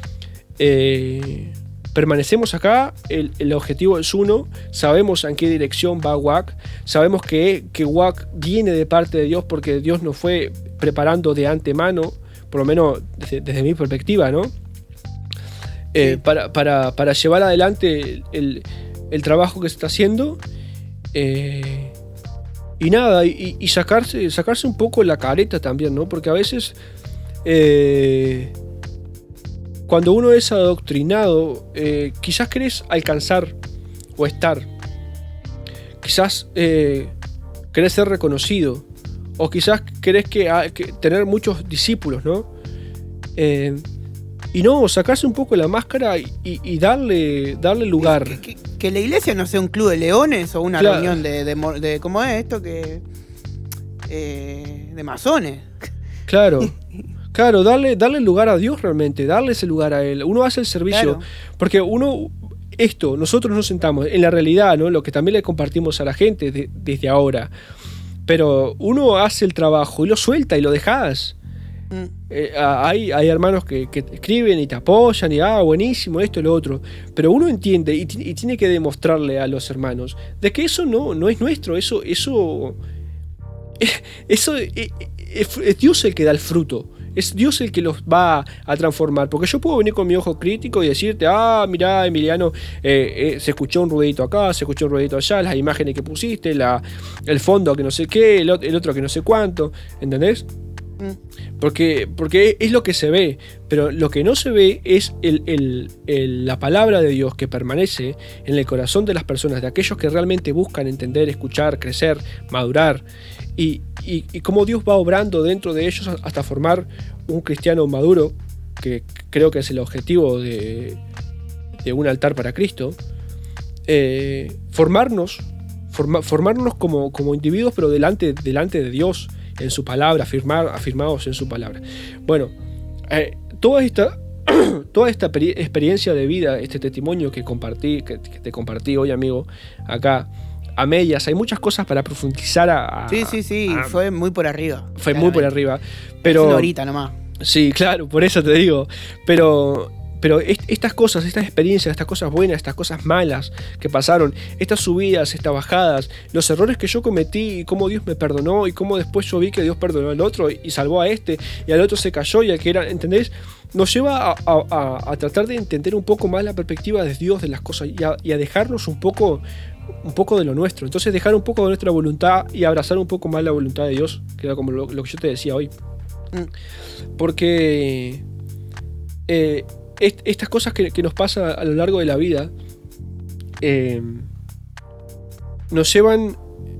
eh, permanecemos acá, el, el objetivo es uno, sabemos en qué dirección va W A C, sabemos que, que W A C viene de parte de Dios porque Dios nos fue preparando de antemano, por lo menos desde, desde mi perspectiva, ¿no? Eh, para, para, para llevar adelante el, el trabajo que se está haciendo, eh, y nada, y, y sacarse, sacarse un poco la careta también, ¿no? Porque a veces eh, cuando uno es adoctrinado, eh, quizás querés alcanzar o estar, quizás eh, querés ser reconocido, o quizás querés que, que tener muchos discípulos, ¿no? Eh, Y no, sacarse un poco la máscara y, y, y darle, darle lugar. Que, que, que la iglesia no sea un club de leones o una Claro. reunión de, de, de, de- ¿cómo es esto? Que eh, de masones. Claro, claro, darle, darle lugar a Dios realmente, darle ese lugar a Él. Uno hace el servicio, Claro. porque uno, esto, nosotros nos sentamos en la realidad, ¿no? Lo que también le compartimos a la gente de- desde ahora. Pero uno hace el trabajo y lo suelta y lo dejas. Mm. Eh, hay, hay hermanos que, que te escriben y te apoyan y ah, buenísimo, esto y lo otro. Pero uno entiende y, ti- y tiene que demostrarle a los hermanos de que eso no, no es nuestro, eso, eso, eso es, es- es Dios el que da el fruto. Es Dios el que los va a transformar. Porque yo puedo venir con mi ojo crítico y decirte, ah, mirá, Emiliano, eh, eh, se escuchó un ruidito acá, se escuchó un ruidito allá, las imágenes que pusiste, la, el fondo que no sé qué, el, ot- el otro que no sé cuánto, ¿entendés? Porque, porque es lo que se ve, pero lo que no se ve es el, el- el- la palabra de Dios que permanece en el corazón de las personas, de aquellos que realmente buscan entender, escuchar, crecer, madurar, y, y, y cómo Dios va obrando dentro de ellos hasta formar un cristiano maduro, que creo que es el objetivo de, de un altar para Cristo. Eh, formarnos, forma- formarnos como, como individuos, pero delante, delante de Dios, en su palabra, afirmar, afirmados en su palabra. Bueno, eh, toda esta, toda esta peri- experiencia de vida, este testimonio que compartí, que, que te compartí hoy, amigo, acá, a medias, hay muchas cosas para profundizar a, a- Sí, sí, sí, a- fue muy por arriba. fue muy por claramente. arriba, Es pero una horita nomás. sí, claro, por eso te digo. Pero, pero est- estas cosas, estas experiencias, estas cosas buenas, estas cosas malas que pasaron, estas subidas, estas bajadas, los errores que yo cometí y cómo Dios me perdonó y cómo después yo vi que Dios perdonó al otro y, y salvó a este y al otro se cayó y al que era, ¿entendés? Nos lleva a, a- a- a tratar de entender un poco más la perspectiva de Dios de las cosas y a, y a dejarnos un poco, un poco de lo nuestro. Entonces dejar un poco de nuestra voluntad y abrazar un poco más la voluntad de Dios, que era como lo, lo que yo te decía hoy. Porque eh, est- estas cosas que, que nos pasan a lo largo de la vida eh, nos llevan...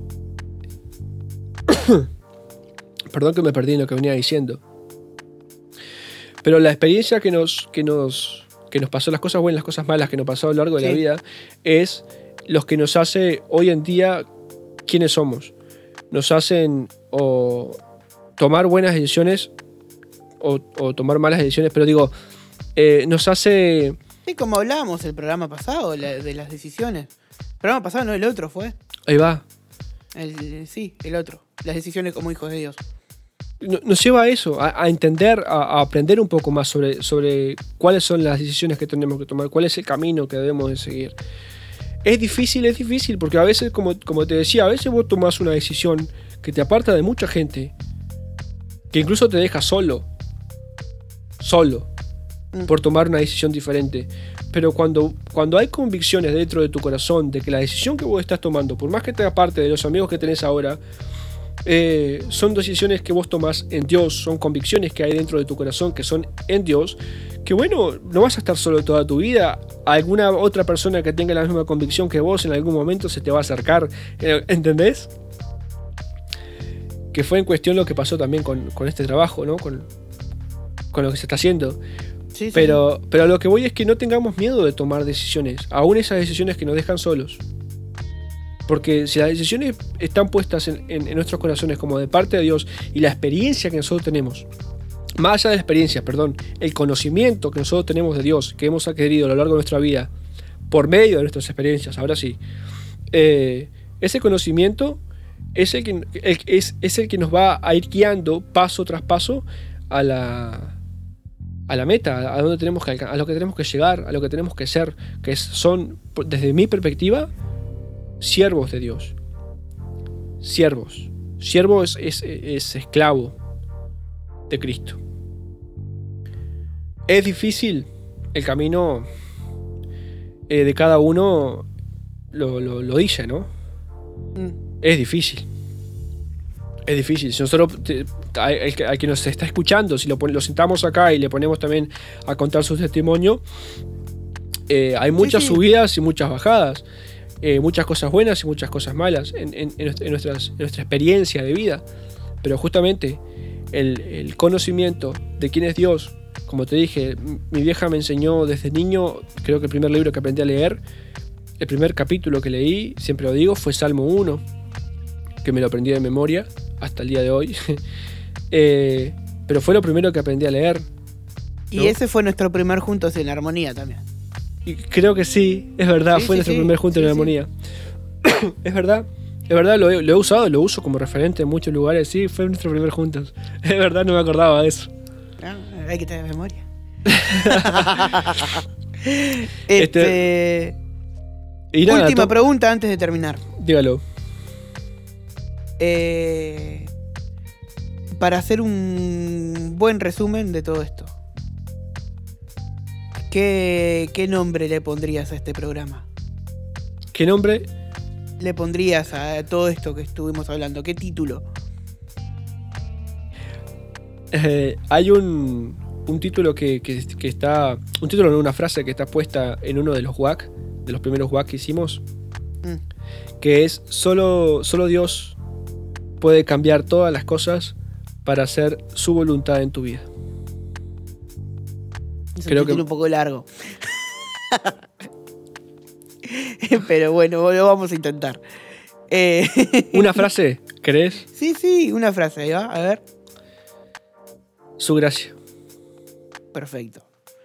Perdón que me perdí en lo que venía diciendo. Pero la experiencia que nos, que nos, que nos pasó, las cosas buenas, las cosas malas que nos pasó a lo largo de la Sí. vida, es los que nos hace hoy en día quiénes somos. Nos hacen o tomar buenas decisiones o, o tomar malas decisiones, pero digo, eh, nos hace... Sí, como hablábamos el programa pasado, la- de las decisiones. El programa pasado, no, el otro fue. Ahí va. El, sí, el otro. Las decisiones como hijos de Dios. No- Nos lleva a eso, a, a entender, a, a aprender un poco más sobre, sobre cuáles son las decisiones que tenemos que tomar, cuál es el camino que debemos de seguir. Es difícil, es difícil, porque a veces, como, como te decía, a veces vos tomás una decisión que te aparta de mucha gente, que incluso te deja solo, solo, Mm. por tomar una decisión diferente. Pero cuando, cuando hay convicciones dentro de tu corazón de que la decisión que vos estás tomando, por más que te aparte de los amigos que tenés ahora, eh, son decisiones que vos tomás en Dios, son convicciones que hay dentro de tu corazón que son en Dios, que bueno, no vas a estar solo toda tu vida. Alguna otra persona que tenga la misma convicción que vos en algún momento se te va a acercar, eh, ¿entendés? Que fue en cuestión lo que pasó también con, con este trabajo, ¿no? Con, con lo que se está haciendo. Sí, sí, Pero, pero a lo que voy es que no tengamos miedo de tomar decisiones, aún esas decisiones que nos dejan solos. Porque si las decisiones están puestas en, en- en nuestros corazones como de parte de Dios y la experiencia que nosotros tenemos, más allá de la experiencia, perdón, el conocimiento que nosotros tenemos de Dios, que hemos adquirido a lo largo de nuestra vida, por medio de nuestras experiencias, ahora sí. Eh, ese conocimiento es el, que, el, es, es el que nos va a ir guiando paso tras paso a la, a la meta, a, donde tenemos que, a lo que tenemos que llegar, a lo que tenemos que ser, que es, son, desde mi perspectiva, siervos de Dios. Siervos. Siervo es, es, es esclavo de Cristo. Es difícil el camino eh, de cada uno, lo, lo, lo dice, ¿no? Mm. Es difícil. Es difícil. Si nosotros, te, al, al que nos está escuchando, si lo, lo sentamos acá y le ponemos también a contar su testimonio, eh, hay muchas sí, sí. subidas y muchas bajadas. Eh, muchas cosas buenas y muchas cosas malas en, en, en, nuestras, en nuestra experiencia de vida. Pero justamente el, el conocimiento de quién es Dios, como te dije, mi vieja me enseñó desde niño, creo que el primer libro que aprendí a leer, el primer capítulo que leí, siempre lo digo, fue Salmo uno, que me lo aprendí de memoria hasta el día de hoy. eh, pero fue lo primero que aprendí a leer, ¿no? Y ese fue nuestro primer Juntos en Armonía también. Y creo que sí, es verdad, sí, fue sí, nuestro sí, primer Juntos sí, en Armonía. Sí. Es verdad, es verdad, lo he, lo he usado, lo uso como referente en muchos lugares, sí, fue nuestro primer Juntos. Es verdad, no me acordaba de eso. Ah, hay que tener memoria. este... este... Y nada, última to- pregunta antes de terminar. Dígalo. Eh, para hacer un buen resumen de todo esto, ¿qué, qué nombre le pondrías a este programa? ¿Qué nombre le pondrías a todo esto que estuvimos hablando? ¿Qué título? Eh, hay un, un título que, que, que está... Un título de una frase que está puesta en uno de los W A C, de los primeros W A C que hicimos, mm. que es solo, solo Dios puede cambiar todas las cosas para hacer su voluntad en tu vida. Es Creo un título que... un poco largo. Pero bueno, lo vamos a intentar. Eh... ¿Una frase, crees? Sí, sí, una frase, ahí va, a ver. Su gracia. Perfecto.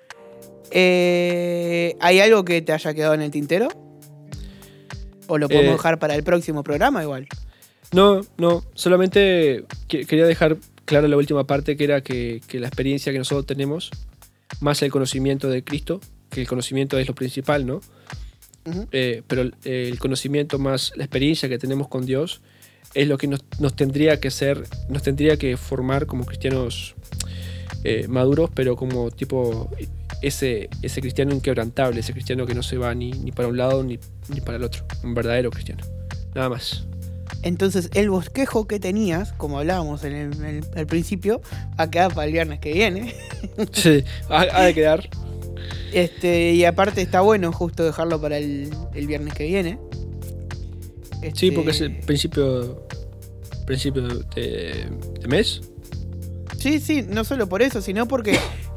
Eh, ¿Hay algo que te haya quedado en el tintero? ¿O lo podemos eh, dejar para el próximo programa igual? No, no. Solamente que, quería dejar claro la última parte, que era que, que la experiencia que nosotros tenemos, más el conocimiento de Cristo, que el conocimiento es lo principal, ¿no? Uh-huh. Eh, pero eh, el conocimiento más la experiencia que tenemos con Dios es lo que nos, nos tendría que ser, nos tendría que formar como cristianos eh, maduros, pero como tipo... Ese, ese cristiano inquebrantable, ese cristiano que no se va ni, ni para un lado ni, ni para el otro, un verdadero cristiano, nada más. Entonces el bosquejo que tenías, como hablábamos en el, en el principio, va a quedar para el viernes que viene. Sí, ha, ha de quedar. Este, y aparte está bueno justo dejarlo para el, el viernes que viene. Este... Sí, porque es el principio, principio de, de mes. Sí, sí, no solo por eso, sino porque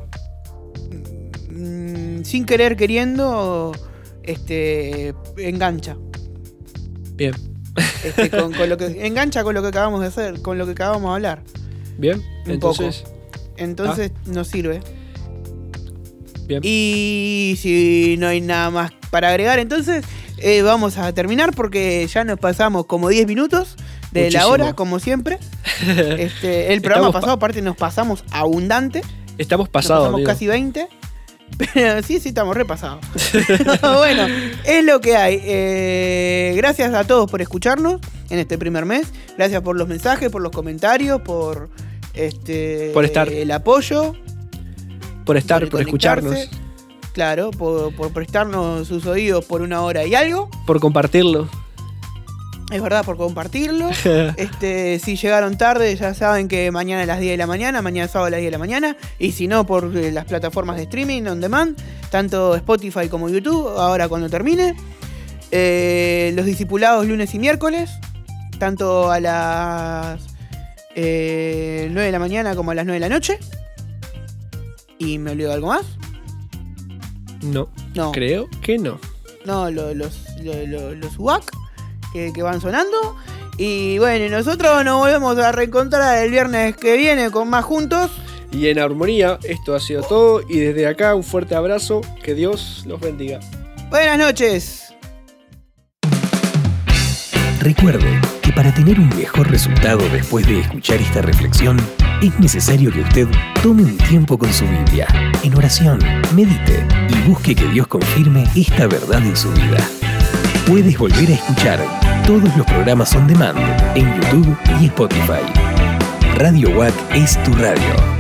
sin querer queriendo este engancha. Bien. Este, con, con lo que engancha con lo que acabamos de hacer, con lo que acabamos de hablar. Bien. Un entonces, poco. Entonces ah. nos sirve. Bien. Y si no hay nada más para agregar, entonces eh, vamos a terminar porque ya nos pasamos como diez minutos de Muchísimo. La hora, como siempre. Este, el programa Estamos pasado, aparte, nos pasamos abundante. Estamos pasados. Nos pasamos casi veinte. Pero sí, sí, estamos repasados. Bueno, es lo que hay. Eh, gracias a todos por escucharnos en este primer mes. Gracias por los mensajes, por los comentarios, por este por estar. el apoyo. Por estar, por, por escucharnos. Claro, por, por prestarnos sus oídos por una hora y algo. Por compartirlo. Es verdad, por compartirlo. este, si llegaron tarde, ya saben que mañana a las diez de la mañana, mañana sábado a las diez de la mañana. Y si no, por eh, las plataformas de streaming on demand, tanto Spotify como YouTube, ahora cuando termine. Eh, los discipulados lunes y miércoles, tanto a las eh, nueve de la mañana como a las nueve de la noche. ¿Y me olvido de algo más? No, no. Creo que no. No, lo, los, lo, lo, los U A C. Que, que van sonando. Y bueno, nosotros nos volvemos a reencontrar el viernes que viene con más Juntos y en Armonía. Esto ha sido todo y desde acá un fuerte abrazo, que Dios los bendiga. Buenas noches. Recuerde que para tener un mejor resultado después de escuchar esta reflexión, es necesario que usted tome un tiempo con su Biblia, en oración, medite y busque que Dios confirme esta verdad en su vida. Puedes volver a escuchar todos los programas on demand en YouTube y Spotify. Radio W A C es tu radio.